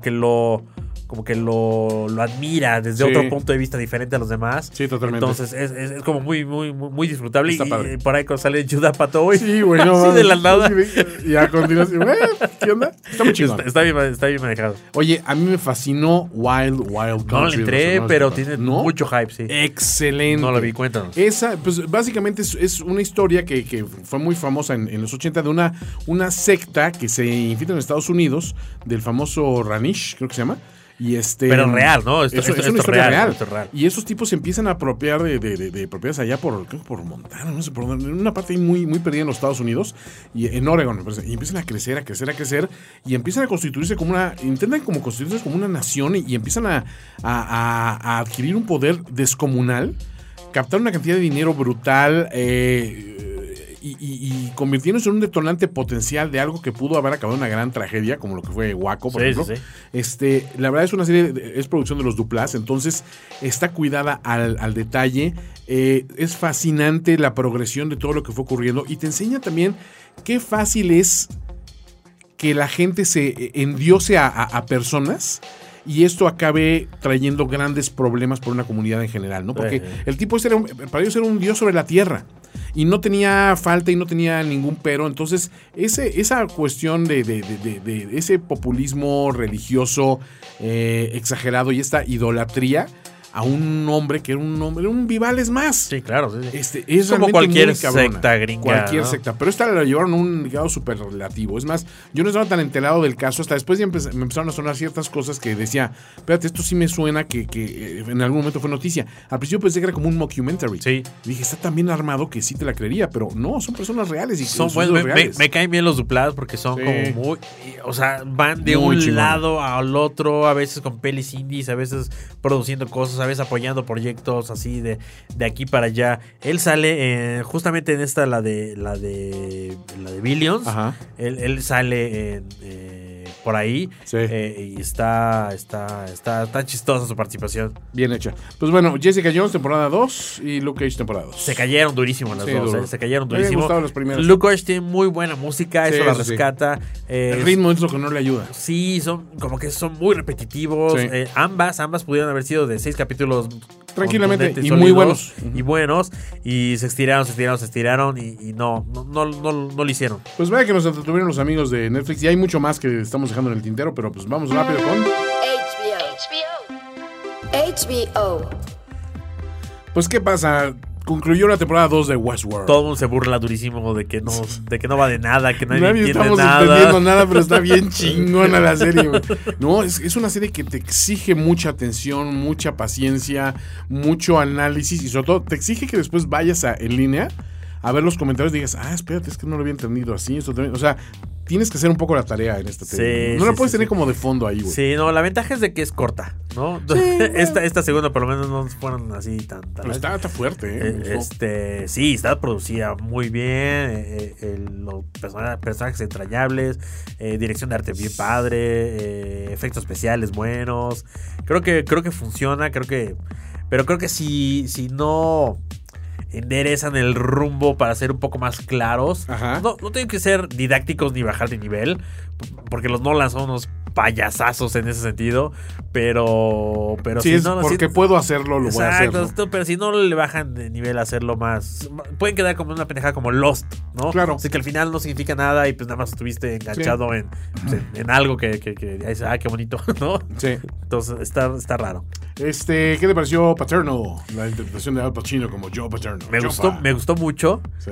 lo admira desde otro punto de vista diferente a los demás. Sí, totalmente. Entonces es como muy disfrutable. Y por ahí cuando sale Judd Apatow. Sí, güey, no. Sí, de la nada. Y a continuación, ¿qué onda? Está muy chingón. Está bien manejado. Oye, a mí me fascinó Wild Country. No le entré, pero tiene mucho hype, sí. Excelente. No lo vi, cuéntanos. Esa, pues básicamente es una historia que fue muy famosa en los 80 de una secta que se infiltra en Estados Unidos, del famoso Ranish, creo que se llama. Pero real, ¿no? Es una historia real. Y esos tipos se empiezan a apropiar de propiedades allá por Montana, no sé por dónde, en una parte muy, muy perdida en los Estados Unidos, y en Oregon, me parece. Y empiezan a crecer, y empiezan a constituirse intentan constituirse como una nación, y empiezan a adquirir un poder descomunal, captar una cantidad de dinero brutal, y convirtiéndose en un detonante potencial de algo que pudo haber acabado en una gran tragedia, como lo que fue Waco, por ejemplo. Sí. La verdad es una serie, es producción de los Duplass, entonces está cuidada al detalle. Es fascinante la progresión de todo lo que fue ocurriendo y te enseña también qué fácil es que la gente se endiose a personas y esto acabe trayendo grandes problemas por una comunidad en general, ¿no? Porque el tipo para ellos era un dios sobre la tierra. Y no tenía falta y no tenía ningún pero. Entonces, esa cuestión de ese populismo religioso exagerado y esta idolatría a un hombre que era un Vivales más. Sí, claro. Sí. Es como cualquier secta gringa. Cualquier secta. Pero esta la llevaron a un grado súper relativo. Es más, yo no estaba tan enterado del caso. Hasta después ya me empezaron a sonar ciertas cosas que decía, espérate, esto sí me suena que en algún momento fue noticia. Al principio pensé que era como un mockumentary. Sí. Y dije, está tan bien armado que sí te la creería. Pero no, son personas reales. Y son buenos. Me caen bien los Duplass porque son como muy... O sea, van de un lado al otro. A veces con pelis indies, a veces produciendo cosas, a veces apoyando proyectos así de aquí para allá. Él sale justamente en esta, la de Billions. Ajá. Él sale por ahí. Sí. Y está chistosa su participación. Bien hecha. Pues bueno, Jessica Jones temporada 2 y Luke Cage temporada 2. Se cayeron durísimo las dos. Se cayeron durísimo. Me gustaron las primeras. Luke Cage tiene muy buena música, eso la rescata. El ritmo es lo que no le ayuda. Sí, son muy repetitivos. Sí. Ambas pudieron haber sido de 6 capítulos tranquilamente y muy buenos. Y buenos. Y se estiraron y no lo hicieron. Pues vaya que nos entretuvieron los amigos de Netflix. Y hay mucho más que estamos dejando en el tintero, pero pues vamos rápido con HBO. Pues ¿qué pasa? concluyó la temporada 2 de Westworld. Todo el mundo se burla durísimo de que no va de nada, que nadie entiende estamos nada. entendiendo nada, pero está bien chingona la serie, güey. No, es una serie que te exige mucha atención, mucha paciencia, mucho análisis y sobre todo te exige que después vayas en línea a ver los comentarios y digas, espérate, es que no lo había entendido así, esto también. O sea, tienes que hacer un poco la tarea en esta serie. No la puedes tener como de fondo ahí, güey. Sí, no, la ventaja es de que es corta, ¿no? Sí, esta segunda por lo menos no fueron así tan pero está fuerte, sí, está producida muy bien, los personajes entrañables, dirección de arte bien padre, efectos especiales buenos. Creo que funciona, pero creo que si no enderezan el rumbo para ser un poco más claros. No tienen que ser didácticos ni bajar de nivel, porque los Nolan son unos payasazos en ese sentido, pero sí, si no, porque puedo hacerlo, lo voy a hacer, ¿no? Pero si no le bajan de nivel a hacerlo más, pueden quedar como una pendejada como Lost, ¿no? Claro. Así que al final no significa nada y pues nada más estuviste enganchado en algo que dices, qué bonito, ¿no? Sí. Entonces está raro. ¿Qué te pareció Paterno? La interpretación de Al Pacino como Joe Paterno. Me gustó mucho. Sí.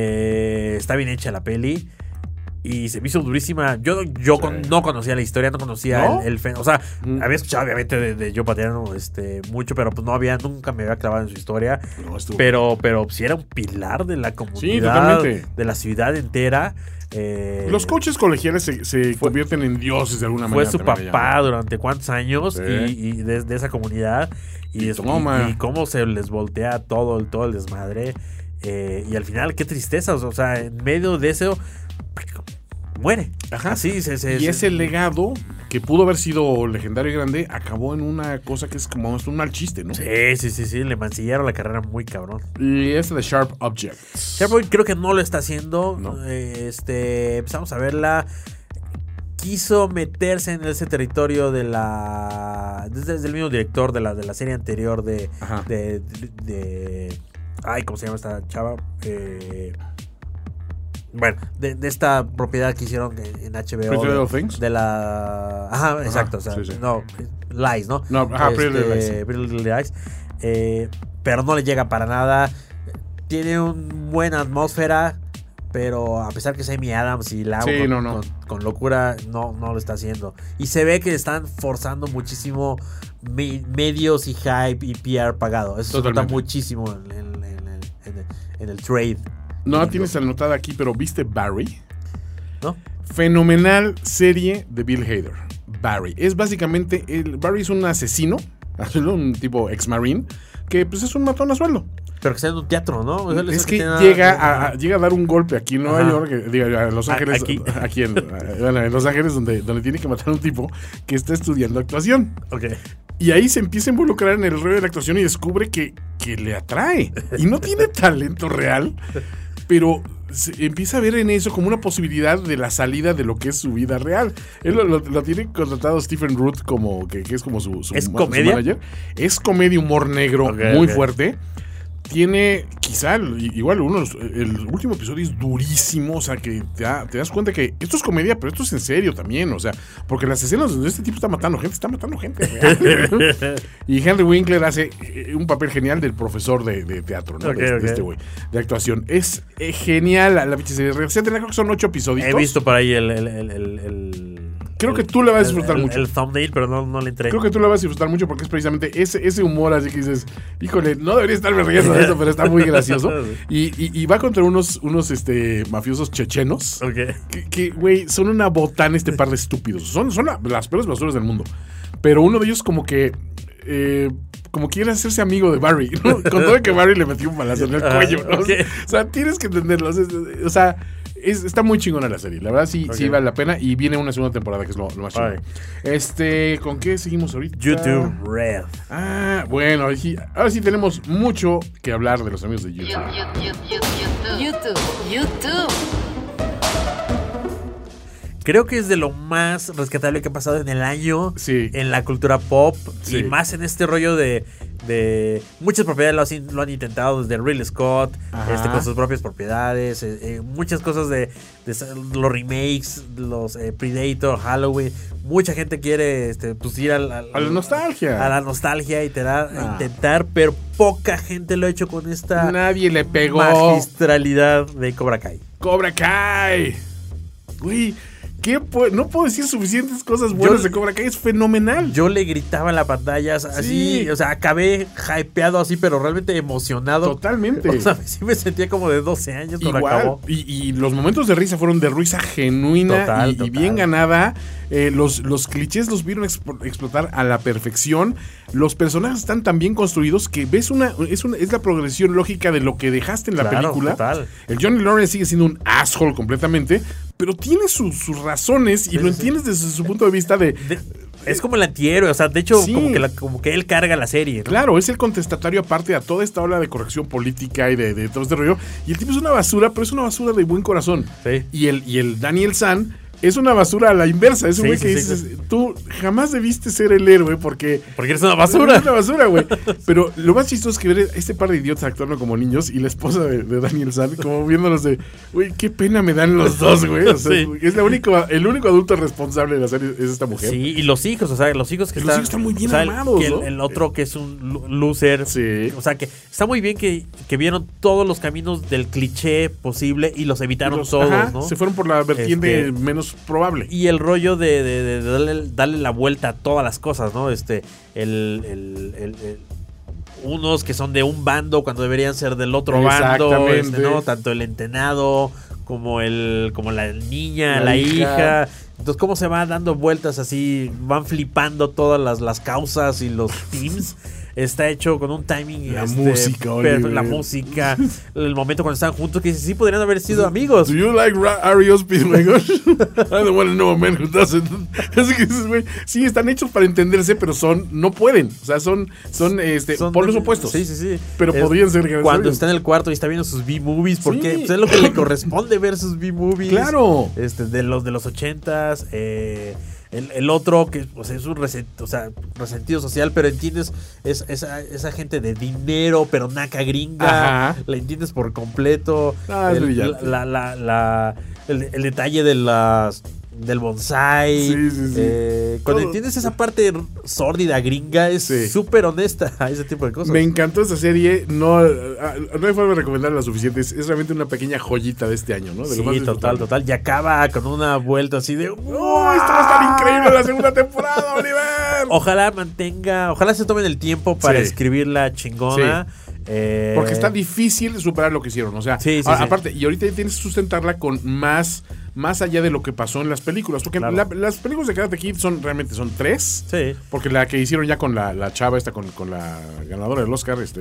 Está bien hecha la peli. Y se me hizo durísima. Yo no conocía la historia, no conocía el o sea, había escuchado obviamente de Joe Paterno mucho, pero pues nunca me había clavado en su historia. No, pero sí era un pilar de la comunidad, de la ciudad entera. Los coaches colegiales se convierten en dioses de alguna manera. Fue su papá durante cuántos años y de esa comunidad y cómo se les voltea todo el desmadre, y al final qué tristeza, o sea, en medio de eso muere. Así y ese legado que pudo haber sido legendario y grande acabó en una cosa que es como un mal chiste, ¿no? Sí, le mancillaron la carrera muy cabrón. Y de Sharp Objects. Sharp Objects creo que no lo está haciendo. ¿No? Empezamos a verla. Quiso meterse en ese territorio desde el mismo director de la serie anterior de ¿cómo se llama esta chava? Bueno, de esta propiedad que hicieron en HBO. De la... exacto. O sea, sí. No, Lies, ¿no? Pretty Little Lies. Pero no le llega para nada. Tiene una buena atmósfera, pero a pesar que es Amy Adams y la con locura, no lo está haciendo. Y se ve que están forzando muchísimo medios y hype y PR pagado. Eso se nota muchísimo en el trade. No la tienes anotada aquí, pero ¿viste Barry? ¿No? Fenomenal serie de Bill Hader. Barry. Es básicamente... Barry es un asesino, un tipo ex-marine, que pues es un matón a sueldo. Pero que sea en un teatro, ¿no? Es que llega a dar un golpe aquí en Nueva York, en Los Ángeles, aquí en Los Ángeles, donde tiene que matar a un tipo que está estudiando actuación. Okay. Y ahí se empieza a involucrar en el rollo de la actuación y descubre que le atrae. Y no tiene talento real, pero se empieza a ver en eso como una posibilidad de la salida de lo que es su vida real. Él lo tiene contratado Stephen Root como que es como su manager. Es comedia, humor negro, muy fuerte. Tiene quizá igual el último episodio es durísimo, o sea que te das cuenta que esto es comedia, pero esto es en serio también, o sea, porque las escenas donde este tipo está matando gente real. Y Henry Winkler hace un papel genial del profesor de teatro, ¿no? De este güey, de actuación. Es genial la pinche serie. Creo que son 8 episodios. He visto por ahí creo que tú le vas a disfrutar mucho. El thumbnail, pero no le entré. Creo que tú le vas a disfrutar mucho porque es precisamente ese humor así que dices, híjole, no debería estarme riendo de esto, pero está muy gracioso. Y va contra unos mafiosos chechenos. Que güey, son una botana par de estúpidos. Son las peores basuras del mundo. Pero uno de ellos como que quiere hacerse amigo de Barry, ¿no? Con todo que Barry le metió un balazo en el cuello, ¿no? O sea, tienes que entenderlo. O sea, está muy chingona la serie. La verdad sí vale la pena. Y viene una segunda temporada, que es lo más chingón. ¿Con qué seguimos ahorita? YouTube Red. Bueno, ahora sí tenemos mucho que hablar de los amigos de YouTube. YouTube. Creo que es de lo más rescatable que ha pasado en el año en la cultura pop y más en este rollo de muchas propiedades lo han intentado, desde Ridley Scott, con sus propias propiedades, muchas cosas de los remakes, los Predator, Halloween. Mucha gente quiere pues ir a la nostalgia. A la nostalgia y intentar, pero poca gente lo ha hecho con esta nadie le pegó magistralidad de Cobra Kai. ¡Cobra Kai! Güey, no puedo decir suficientes cosas buenas de Cobra Kai, es fenomenal. Yo le gritaba en la pantalla así, o sea, acabé hypeado así, pero realmente emocionado. Totalmente. O sea, sí me sentía como de 12 años cuando acabó. Y los momentos de risa fueron de risa genuina y bien ganada. Los clichés los vieron explotar a la perfección. Los personajes están tan bien construidos que ves es la progresión lógica de lo que dejaste en la película. Total. El Johnny Lawrence sigue siendo un asshole completamente, pero tiene sus razones y lo entiendes desde su punto de vista es como el antihéroe, o sea, de hecho, como que él carga la serie, ¿no? Claro, es el contestatario aparte a toda esta ola de corrección política y de todo este rollo. Y el tipo es una basura, pero es una basura de buen corazón. Sí. Y el Daniel San es una basura a la inversa. Es un güey que dices, tú jamás debiste ser el héroe porque eres una basura. Eres una basura, güey. Pero lo más chistoso es que ver este par de idiotas actuando como niños y la esposa de Daniel San como viéndolos de, güey, qué pena me dan los dos, güey. O sea, es el único adulto responsable de la serie es esta mujer. Sí, y los hijos, o sea, los hijos están muy bien armados, que ¿no? el otro que es un loser. Sí. O sea, que está muy bien que vieron todos los caminos del cliché posible y los evitaron todos, ¿no? Se fueron por la vertiente menos probable. Y el rollo de darle la vuelta a todas las cosas, ¿no? Unos que son de un bando cuando deberían ser del otro bando, ¿no? Tanto el entenado como la niña, la hija. Entonces, cómo se va dando vueltas así, van flipando todas las causas y los teams. Está hecho con un timing. La música, el momento cuando están juntos, que sí podrían haber sido amigos. Do you like Ario Speedwagon? I don't want to know a man who doesn't. Así que dices, güey, sí, están hechos para entenderse, pero no pueden. O sea, son polos opuestos. Sí. Pero podrían ser. Cuando está en el cuarto y está viendo sus B-movies, porque pues, es lo que le corresponde ver sus B-movies. Claro. De los 80s. El otro que pues, es un resentido social, pero entiendes esa gente de dinero, pero naca gringa. Ajá. La entiendes por completo. Es brillante. El detalle del bonsai. Sí. Cuando entiendes esa parte sórdida gringa, es súper honesta a ese tipo de cosas. Me encantó esta serie. No hay forma de recomendarla lo suficiente. Es realmente una pequeña joyita de este año, ¿no? De lo más total. Y acaba con una vuelta así de ¡oh, esto va a estar increíble la segunda temporada, Oliver! Ojalá se tomen el tiempo para escribirla chingona. Porque está difícil superar lo que hicieron. O sea, aparte, y ahorita tienes que sustentarla con más allá de lo que pasó en las películas. Porque las películas de Karate Kid realmente son 3. Sí. Porque la que hicieron ya con la chava esta, con la ganadora del Oscar, pues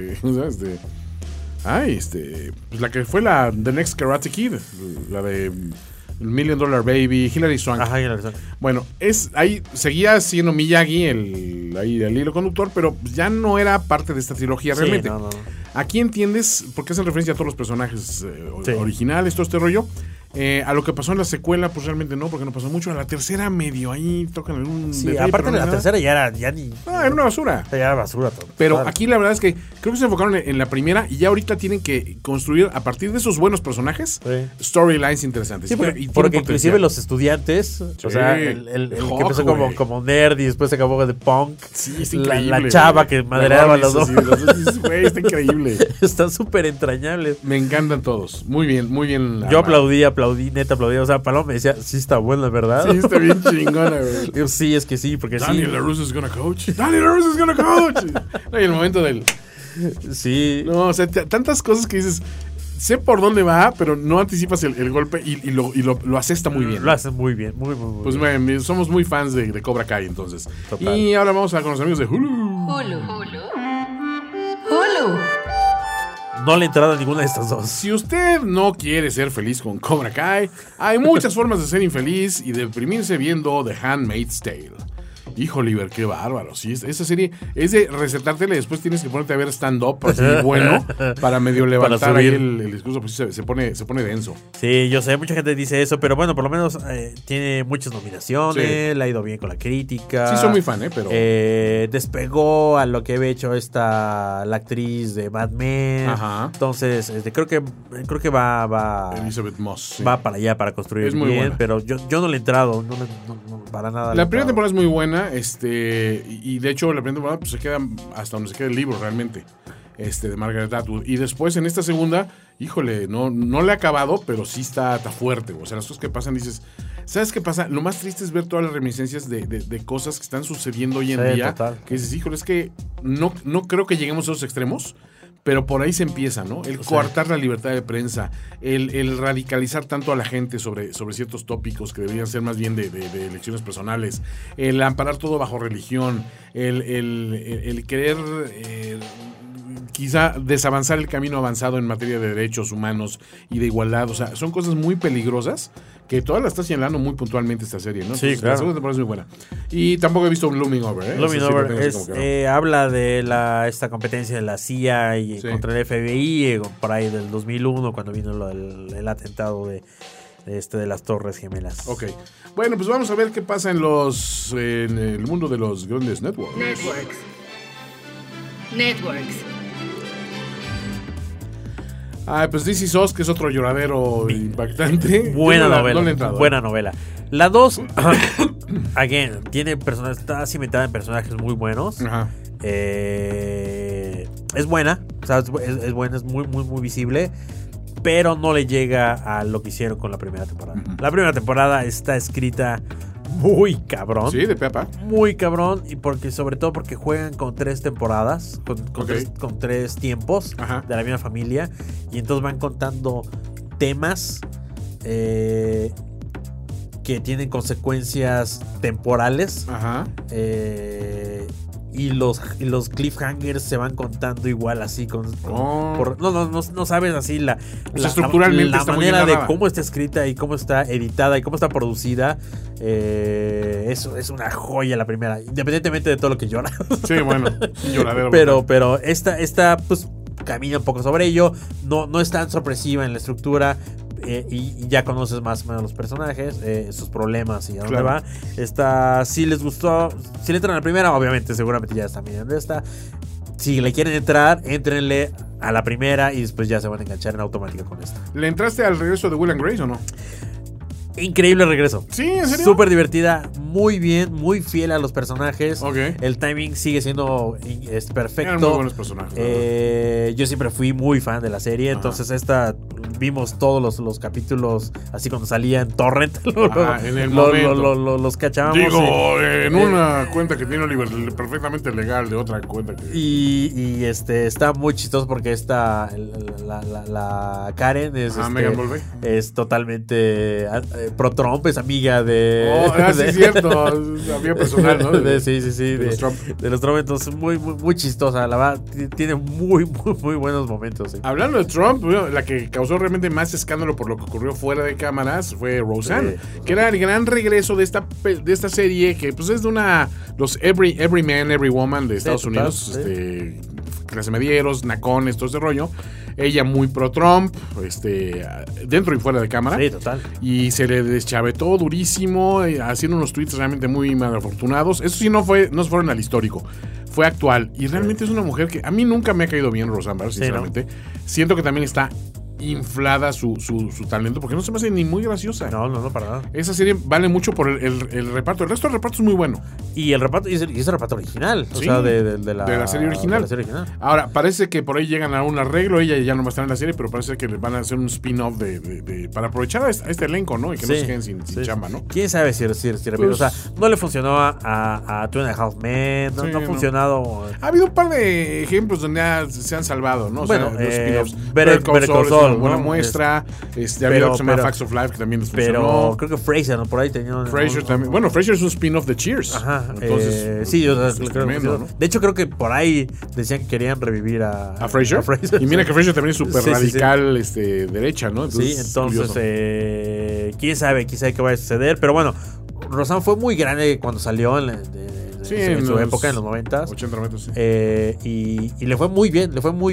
la que fue The Next Karate Kid, la de $1 Million Baby, Hilary Swank. Ajá, Hilary Swank. Bueno, ahí seguía siendo Miyagi el hilo conductor, pero ya no era parte de esta trilogía realmente. No. Aquí entiendes, porque hacen referencia a todos los personajes originales, todo este rollo. A lo que pasó en la secuela, pues realmente no, porque no pasó mucho. A la tercera medio ahí tocan algún detalle, aparte de la tercera ya ni... era una basura. Ya era basura todo. Pero aquí la verdad es que creo que se enfocaron en la primera y ya ahorita tienen que construir a partir de esos buenos personajes storylines interesantes. Sí, porque inclusive los estudiantes, o sea, el que empezó como nerd y después se acabó de punk. Sí, es increíble. La chava que madreaba a los dos. Güey, está increíble. Están súper entrañables. Me encantan todos. Muy bien. Yo aplaudí, neta. O sea, Paloma me decía, sí está buena, ¿verdad? Sí, está bien chingona, güey. Digo, sí, es que sí, porque Daniel LaRusso is gonna coach. Daniel LaRusso is gonna coach. No, y el momento del... Sí. No, o sea, tantas cosas que dices... Sé por dónde va, pero no anticipas el golpe y lo asesta muy bien. Lo hace muy bien, muy pues bien. Somos muy fans de Cobra Kai, entonces. Total. Y ahora vamos con los amigos de Hulu. No le he entrado a ninguna de estas dos. Si usted no quiere ser feliz con Cobra Kai, hay muchas formas de ser infeliz y deprimirse viendo The Handmaid's Tale. Hijo, Oliver, qué bárbaro. Sí, esa serie es de recetártela y después tienes que ponerte a ver stand-up así bueno para medio levantar ahí el discurso, pues se pone denso. Sí, yo sé, mucha gente dice eso, pero bueno, por lo menos tiene muchas nominaciones, le ha ido bien con la crítica. Sí, soy muy fan, pero... despegó a lo que había hecho la actriz de Mad Men. Ajá. Entonces, creo que va Elizabeth Moss. Sí. Va para allá para construir es muy bien, buena. pero yo no le he entrado, no para nada. La primera temporada es muy buena, y de hecho la primera temporada pues, se queda hasta donde se queda el libro realmente, de Margaret Atwood. Y después en esta segunda, híjole, no le ha acabado, pero sí está fuerte. O sea, las cosas que pasan, dices, ¿sabes qué pasa? Lo más triste es ver todas las reminiscencias de cosas que están sucediendo hoy en día. Total. Que dices, híjole, es que no creo que lleguemos a esos extremos. Pero por ahí se empieza, ¿no? El coartar la libertad de prensa, el radicalizar tanto a la gente sobre ciertos tópicos que deberían ser más bien de elecciones personales, el amparar todo bajo religión, el querer quizá desavanzar el camino avanzado en materia de derechos humanos y de igualdad. O sea, son cosas muy peligrosas que todas las está señalando muy puntualmente esta serie, ¿no? Sí, entonces, claro. La segunda temporada es muy buena. Y tampoco he visto Looming Over, ¿eh? Looming Over sí, habla de esta competencia de la CIA y contra el FBI por ahí del 2001 cuando vino el atentado de las Torres Gemelas. Ok. Bueno, pues vamos a ver qué pasa en el mundo de los grandes networks. Networks. Pues This Is Us, que es otro lloradero impactante. Buena novela. No le he entrado, buena novela. La 2, again, está cimentada en personajes muy buenos. Ajá. Es buena, o sea, es buena, es muy, muy, muy visible, pero no le llega a lo que hicieron con la primera temporada. Uh-huh. La primera temporada está escrita muy cabrón. Sí, de pepa. Muy cabrón, y sobre todo porque juegan con 3 temporadas, con 3 tiempos. Ajá. De la misma familia, y entonces van contando temas que tienen consecuencias temporales. Ajá. Y los cliffhangers se van contando igual así no sabes así la manera de cómo está escrita y cómo está editada y cómo está producida. Eso es una joya la primera, independientemente de todo lo que llora. Sí, bueno, lloradero. pero esta pues camina un poco sobre ello, no es tan sorpresiva en la estructura. Y ya conoces más o menos los personajes, sus problemas y a dónde va. Si les gustó, si le entran a la primera, obviamente, seguramente ya están mirando esta. Si le quieren entrar, éntrenle a la primera y después ya se van a enganchar en automática con esta. ¿Le entraste al regreso de Will and Grace o no? Increíble regreso. Sí, ¿en serio? Súper divertida, muy bien, muy fiel a los personajes. Okay. El timing sigue siendo perfecto. Eran muy buenos personajes. Yo siempre fui muy fan de la serie. Ajá. Entonces vimos todos los capítulos así cuando salía en Torrent. En el momento. Los cachábamos. Digo, en una cuenta que tiene Oliver perfectamente legal, de otra cuenta que... Y está muy chistoso porque la Karen es totalmente pro-Trump, es amiga de... sí, es cierto. Amiga personal, ¿no? De los Trump, entonces muy, muy, muy chistosa. La verdad, tiene muy, muy, muy buenos momentos. Sí. Hablando de Trump, la que causó realmente más escándalo por lo que ocurrió fuera de cámaras fue Roseanne, que era el gran regreso de esta serie que pues es de los Every Man, Every Woman de Estados Unidos, clase medieros, nacones, todo ese rollo. Ella muy pro-Trump, dentro y fuera de cámara. Sí, total. Y se le deschavetó durísimo, haciendo unos tweets realmente muy malafortunados. Eso sí no fueron al histórico, fue actual. Y realmente es una mujer que a mí nunca me ha caído bien, Roseanne Barr, sinceramente. Sí, ¿no? Siento que también está inflada su talento, porque no se me hace ni muy graciosa. No, para nada. Esa serie vale mucho por el reparto. El resto del reparto es muy bueno. Y el reparto, y es el reparto original. Sí, o sea, de la serie original. Ahora, parece que por ahí llegan a un arreglo. Ella ya no va a estar en la serie, pero parece que les van a hacer un spin-off para aprovechar a este elenco, ¿no? Y que no se queden sin chamba, ¿no? ¿Quién sabe si repite? Pues, o sea, no le funcionó a Two and a Half Men, no ha funcionado. Ha habido un par de ejemplos donde se han salvado, ¿no? O bueno, sea, los spin-offs. Better Call Saul, buena muestra. Había otro que se llama Facts of Life que también les funcionó. Pero creo que Frasier, ¿no? Por ahí tenía. Frasier también. Bueno, Frasier es un spin-off de Cheers. Ajá. Entonces, sí, yo creo tremendo, ¿no? De hecho, creo que por ahí decían que querían revivir a Frasier. Y mira que Frasier también es súper radical, derecha, ¿no? Entonces quién sabe qué vaya a suceder. Pero bueno, Roseanne fue muy grande cuando salió en su época, en los 90s. 80, 90, sí. Y le fue muy bien,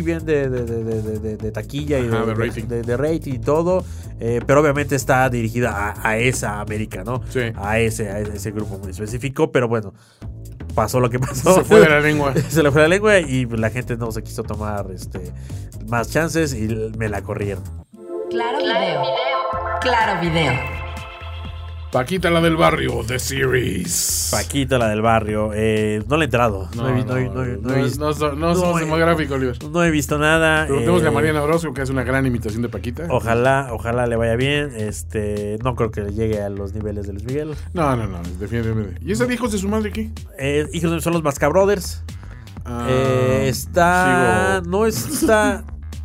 de taquilla y de rating y todo. Pero obviamente está dirigida a esa América, ¿no? Sí. A ese grupo muy específico, pero bueno, pasó lo que pasó. Se fue de la lengua. Se le fue de la lengua y la gente no se quiso tomar más chances y me la corrieron. Claro Video. Claro Video. Paquita la del barrio, The Series. Paquita la del barrio. No le he entrado. No he visto. No somos demográficos, Oliver. No he visto nada. Preguntemos a Mariana Orozco, que hace una gran imitación de Paquita. Ojalá le vaya bien. No creo que llegue a los niveles de Luis Miguel. No, definitivamente. ¿Y esa de hijos de su madre qué? Hijos son los Masca Brothers. No está.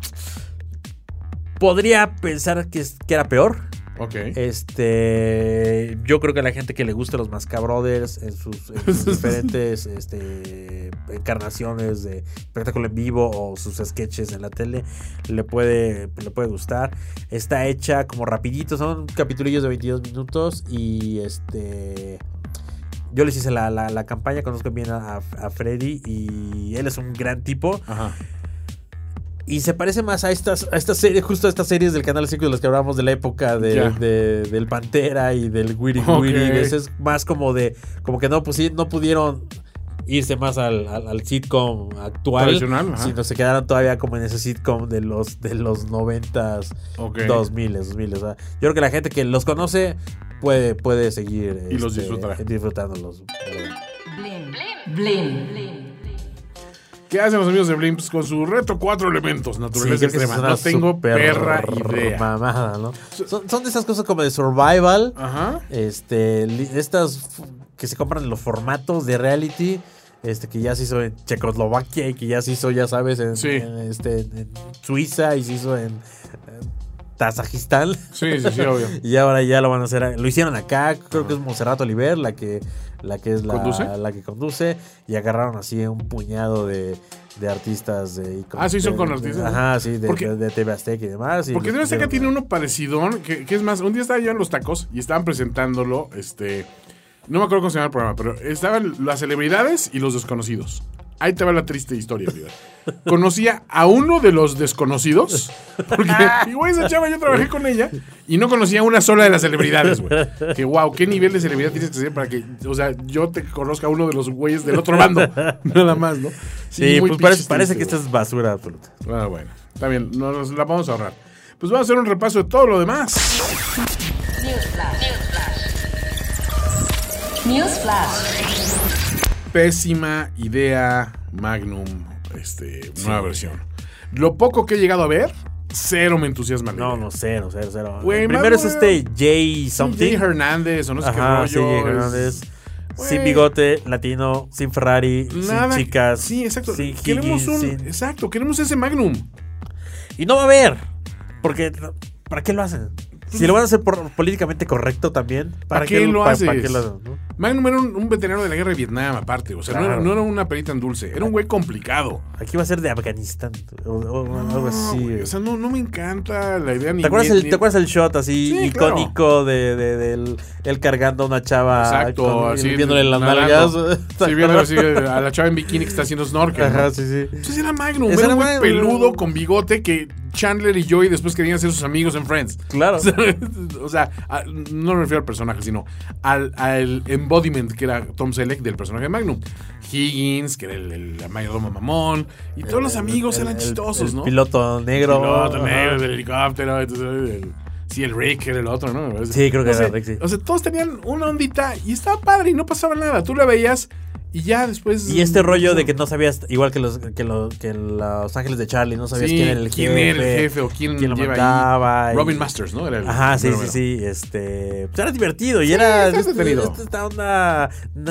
Podría pensar que era peor. Okay. Yo creo que a la gente que le gusta los Masca Brothers en sus diferentes encarnaciones de espectáculo en vivo o sus sketches en la tele le puede gustar. Está hecha como rapidito, son capitulillos de 22 minutos y yo les hice la campaña, conozco bien a Freddy y él es un gran tipo. Ajá. Y se parece más a estas series, justo a estas series del Canal 5 de las que hablábamos de la época del Pantera y del Wiri Wiri. Eso es más como que no pudieron irse más al sitcom actual, tradicional, sino se quedaron todavía como en ese sitcom de los 90s, 2000. O sea, yo creo que la gente que los conoce puede seguir y los disfrutándolos. Blim. ¿Qué hacen los amigos de Blimps con su reto 4 elementos? Naturaleza extrema. No tengo perra idea. Mamada, ¿no? Son de esas cosas como de survival. Ajá. Estas que se compran en los formatos de reality. Que ya se hizo en Checoslovaquia y que ya se hizo, ya sabes, en Suiza y se hizo en Tazajistán. Sí, obvio. Y ahora ya lo van a hacer. Lo hicieron acá, creo que es Montserrat Oliver la que conduce, y agarraron así un puñado de artistas sí, son con artistas. Ajá, sí, de TV Azteca y demás. Porque TV Azteca tiene uno parecidón, que es más, un día estaba yo en Los Tacos y estaban presentándolo, no me acuerdo cómo se llama el programa, pero estaban las celebridades y los desconocidos. Ahí te va la triste historia, Oliver. Conocía a uno de los desconocidos, porque, güey, esa chava yo trabajé con ella y no conocía a una sola de las celebridades, güey. Que wow, qué nivel de celebridad tienes que ser para que, o sea, yo te conozca a uno de los güeyes del otro bando, nada más, ¿no? Sí, pues parece que esta es basura absoluta. Bueno, está bien, nos la vamos a ahorrar. Pues vamos a hacer un repaso de todo lo demás. Newsflash. Pésima idea, Magnum, nueva versión. Lo poco que he llegado a ver, cero me entusiasma. No, cero. Wey, primero es Jay something. Jay Hernández, o no sé qué rollo. Sí, Jay Hernández. Sin bigote, latino, sin Ferrari, nada, sin chicas. Sí, exacto. Sin queremos queremos ese Magnum. Y no va a haber. Porque, ¿para qué lo hacen? Si lo van a hacer políticamente correcto también, ¿para qué lo haces? ¿Para qué lo hacen? ¿No? Magnum era un veterano de la guerra de Vietnam, aparte. O sea, claro. no era una perita en dulce. Era un güey complicado. Aquí va a ser de Afganistán o algo así. Güey, o sea, no me encanta la idea. ¿Te acuerdas el shot así icónico de él cargando a una chava? Exacto, así, viéndole las nalgas. Sí, viendo así a la chava en bikini que está haciendo snorkel. Ajá, ¿no? sí. Entonces era Magnum. Era un güey peludo con bigote que Chandler y Joey después querían ser sus amigos en Friends. Claro. O sea, no me refiero al personaje, sino al embodiment que era Tom Selleck del personaje de Magnum. Higgins, que era el mayordomo mamón. Y todos los amigos eran chistosos, ¿no? Piloto negro. Del helicóptero. Entonces, el Rick era el otro, ¿no? Sí, creo que era Rick, sí. O sea, todos tenían una ondita y estaba padre y no pasaba nada. Tú la veías y ya después... Y este rollo de que no sabías, igual que Los Ángeles de Charlie, no sabías quién era el jefe o quién lo mandaba. Robin Masters, ¿no? Era Ajá, sí. Pues era divertido y era esta onda...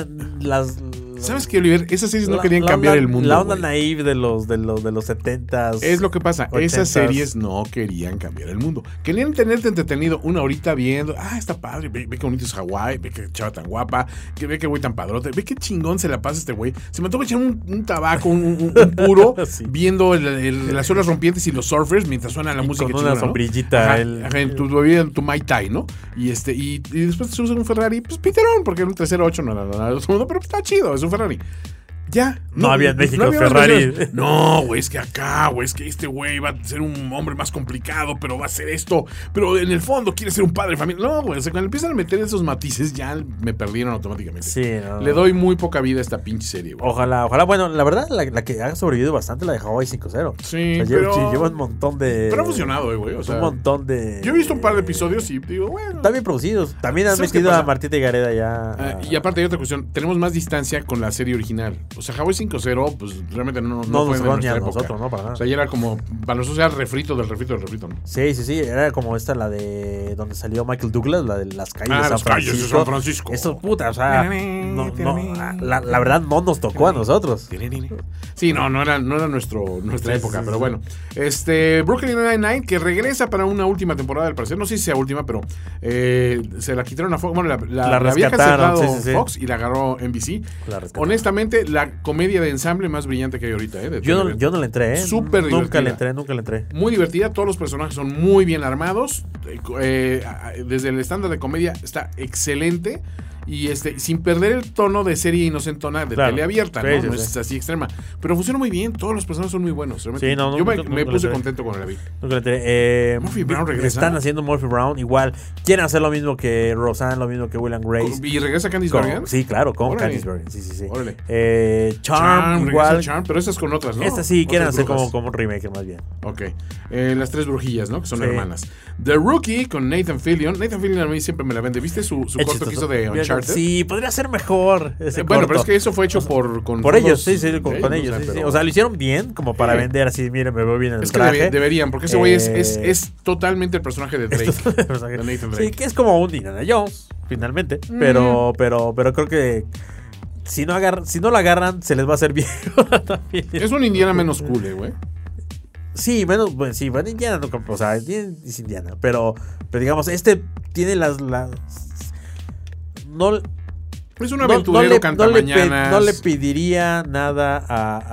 ¿Sabes qué, Oliver? Esas series no querían cambiar el mundo. La onda naive de los 70s. Es lo que pasa. 80s. Esas series no querían cambiar el mundo. Querían tenerte entretenido una horita viendo. Está padre. Ve qué bonito es Hawái. Ve qué chava tan guapa. Ve qué güey tan padrote. Ve qué chingón se la pasa este güey. Se me antoja echar un tabaco, un puro, sí. Viendo las olas rompientes y los surfers mientras suena la música. Con una sombrillita. En tu bebida, en tu Mai Tai, ¿no? Y después te subes en un Ferrari, pues piterón, porque era un 308, no, pero está chido. Es un Ferrari. Ya. No había en México Ferrari. No, güey, es que acá, güey, es que este güey va a ser un hombre más complicado, pero va a ser esto, pero en el fondo quiere ser un padre de familia. No, güey, o sea, cuando empiezan a meter esos matices ya me perdieron automáticamente. Sí, no. Le doy muy poca vida a esta pinche serie, güey. Ojalá. Bueno, la verdad, la que ha sobrevivido bastante la de Hawaii 5-0. Sí, o sea, pero... lleva un montón de... Pero ha funcionado, güey, o sea... Un montón de... Yo he visto un par de episodios y digo, bueno... Están bien producidos. También han metido a Martita y Gareda ya... Y aparte hay otra cuestión. Tenemos más distancia con la serie original. O sea, Hawaii 5-0, pues realmente no fue en nuestra época. Nosotros, no, para nada. O sea, ya era como... Para nosotros era el refrito del refrito, ¿no? Sí. Era como esta, la de... Donde salió Michael Douglas, la de las calles de San Francisco. Calles de San Francisco. Eso, puta, o sea... la verdad no nos tocó a nosotros. Sí, no era nuestra época, pero bueno. Brooklyn Nine-Nine, que regresa para una última temporada, al parecer. No sé si sea última, pero se la quitaron a Fox. Bueno, la había cancelado Fox y la agarró NBC. Honestamente, la comedia de ensamble más brillante que hay ahorita. Yo no le entré, Súper divertida. Nunca le entré. Muy divertida, todos los personajes son muy bien armados. Desde el estándar de comedia está excelente. Y sin perder el tono de serie inocentona de tele abierta, ¿no? No es así extrema. Pero funciona muy bien, todos los personajes son muy buenos. Sí, yo me puse contento con el Murphy Brown regresa. Están haciendo Murphy Brown igual. Quieren hacer lo mismo que Roseanne, lo mismo que Will and Grace. ¿Y regresa Candice Bergen? Sí, claro, con Candice Bergen. Sí. Órale. Charm igual. Charm, pero estas con otras, ¿no? Estas sí, quieren hacer como un remake más bien. Ok. Las tres brujillas, ¿no? Que son hermanas. The Rookie con Nathan Fillion. Nathan Fillion a mí siempre me la vende. ¿Viste su corto que hizo de Uncharted? Sí, podría ser mejor ese bueno, corto. pero es que eso fue hecho por ellos, con ellos. O sea, lo hicieron bien, como para vender así, miren, me veo bien en el traje. Que deberían, porque ese güey es totalmente el personaje de Drake. De Nathan Drake. Sí, que es como un Indiana Jones, finalmente. Pero creo que si no lo agarran, se les va a hacer bien. Es un Indiana menos cool, güey. Sí, bueno, Indiana, o sea, es Indiana, pero digamos, tiene las no es un aventurero cantamañanas. No le pediría nada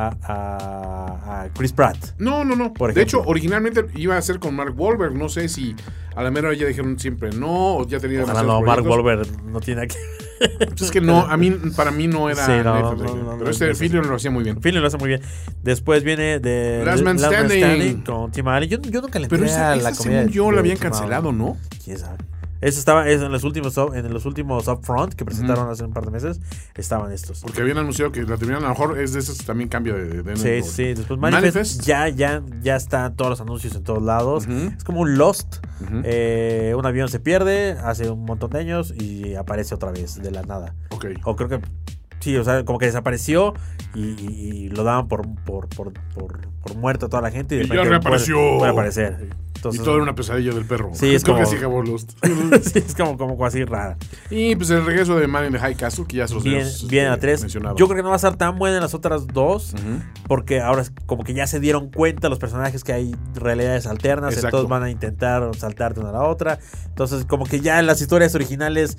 a Chris Pratt. No. De hecho, originalmente iba a ser con Mark Wahlberg. No sé si a la mera ya dijeron siempre no, o ya tenía demasiados Mark Wahlberg no tiene que... Es que no, para mí no era... pero Fillion lo hacía muy bien. Fillion lo hace muy bien. Después viene de Last Man Standing con Tim Allen. Yo nunca le entré a la comedia. Yo la habían cancelado, ¿no? ¿Quién sabe? Eso estaba en los últimos Upfront que presentaron hace un par de meses. Estaban estos. Porque habían anunciado que la terminaron. A lo mejor es de esos también cambio de Sí. Después Manifest ya están todos los anuncios en todos lados. Es como un Lost. Un avión se pierde hace un montón de años y aparece otra vez de la nada. Okay. O creo que sí, o sea, como que desapareció y lo daban por muerto a toda la gente. Y ya reapareció. Puede aparecer. Entonces, y todo era una pesadilla del perro. Sí, es como que así acabó Lost. Sí, es como así rara. Y pues el regreso de Man in the High Castle, que ya se los bien a 3. Yo creo que no va a estar tan buena en las otras dos, porque ahora como que ya se dieron cuenta los personajes que hay realidades alternas. Exacto. Entonces van a intentar saltar de una a la otra. Entonces como que ya en las historias originales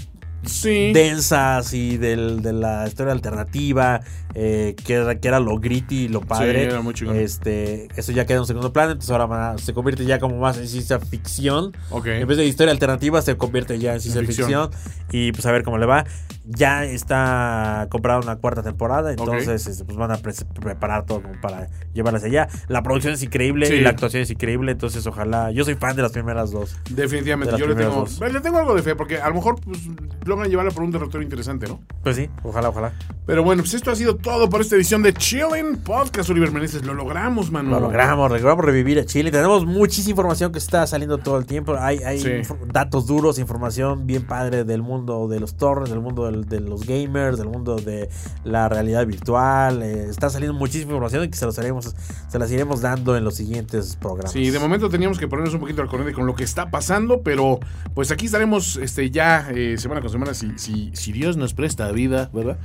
densas y de la historia alternativa, que era lo gritty, lo padre, era muy chingón. Eso ya queda en un segundo plano. Entonces ahora se convierte ya como más en ciencia ficción. En vez de historia alternativa se convierte ya en ciencia ficción. Y pues a ver cómo le va. Ya está comprada una cuarta temporada, entonces pues van a preparar todo como para llevarlas allá. La producción es increíble y la actuación es increíble, entonces ojalá. Yo soy fan de las primeras dos. Definitivamente, yo le tengo algo de fe, porque a lo mejor pues logran llevarla por un derrotero interesante, ¿no? Pues sí, ojalá. Pero bueno, pues esto ha sido todo por esta edición de Chilling Podcast. Oliver Meneses, lo logramos, mano. Lo logramos revivir a Chile. Tenemos muchísima información que está saliendo todo el tiempo. Hay datos duros, información bien padre del mundo de los torrents, del mundo de los gamers, del mundo de la realidad virtual. Está saliendo muchísima información y que se las iremos dando en los siguientes programas. Sí, de momento teníamos que ponernos un poquito al corriente con lo que está pasando, pero pues aquí estaremos ya semana con semana si Dios nos presta vida, ¿verdad?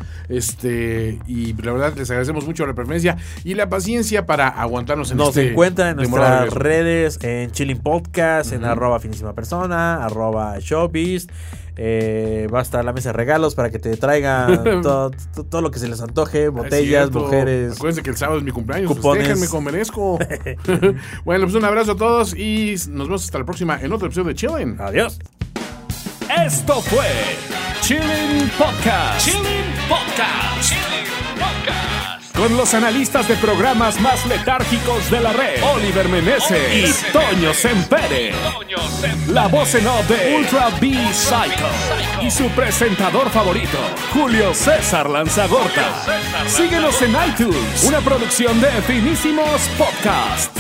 Y la verdad les agradecemos mucho la preferencia y la paciencia para aguantarnos nos encuentran en nuestras redes, en Chilling Podcast, en @finísimapersona, @showbiz. Va a estar la mesa de regalos para que te traigan todo lo que se les antoje, botellas, mujeres. Acuérdense que el sábado es mi cumpleaños, déjenme como merezco. Bueno, pues un abrazo a todos y nos vemos hasta la próxima en otro episodio de Chilling. Adiós. Esto fue Chilling Podcast. Chilling Podcast. Chilling Podcast. Con los analistas de programas más letárgicos de la red, Oliver Meneses y Toño Sempere. La voz en off de Ultra B Psycho y su presentador favorito, Julio César Lanzagorta. Síguenos en iTunes, una producción de Finísimos Podcast.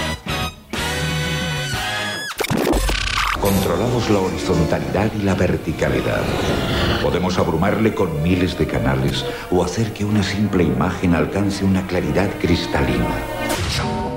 Controlamos la horizontalidad y la verticalidad. Podemos abrumarle con miles de canales o hacer que una simple imagen alcance una claridad cristalina.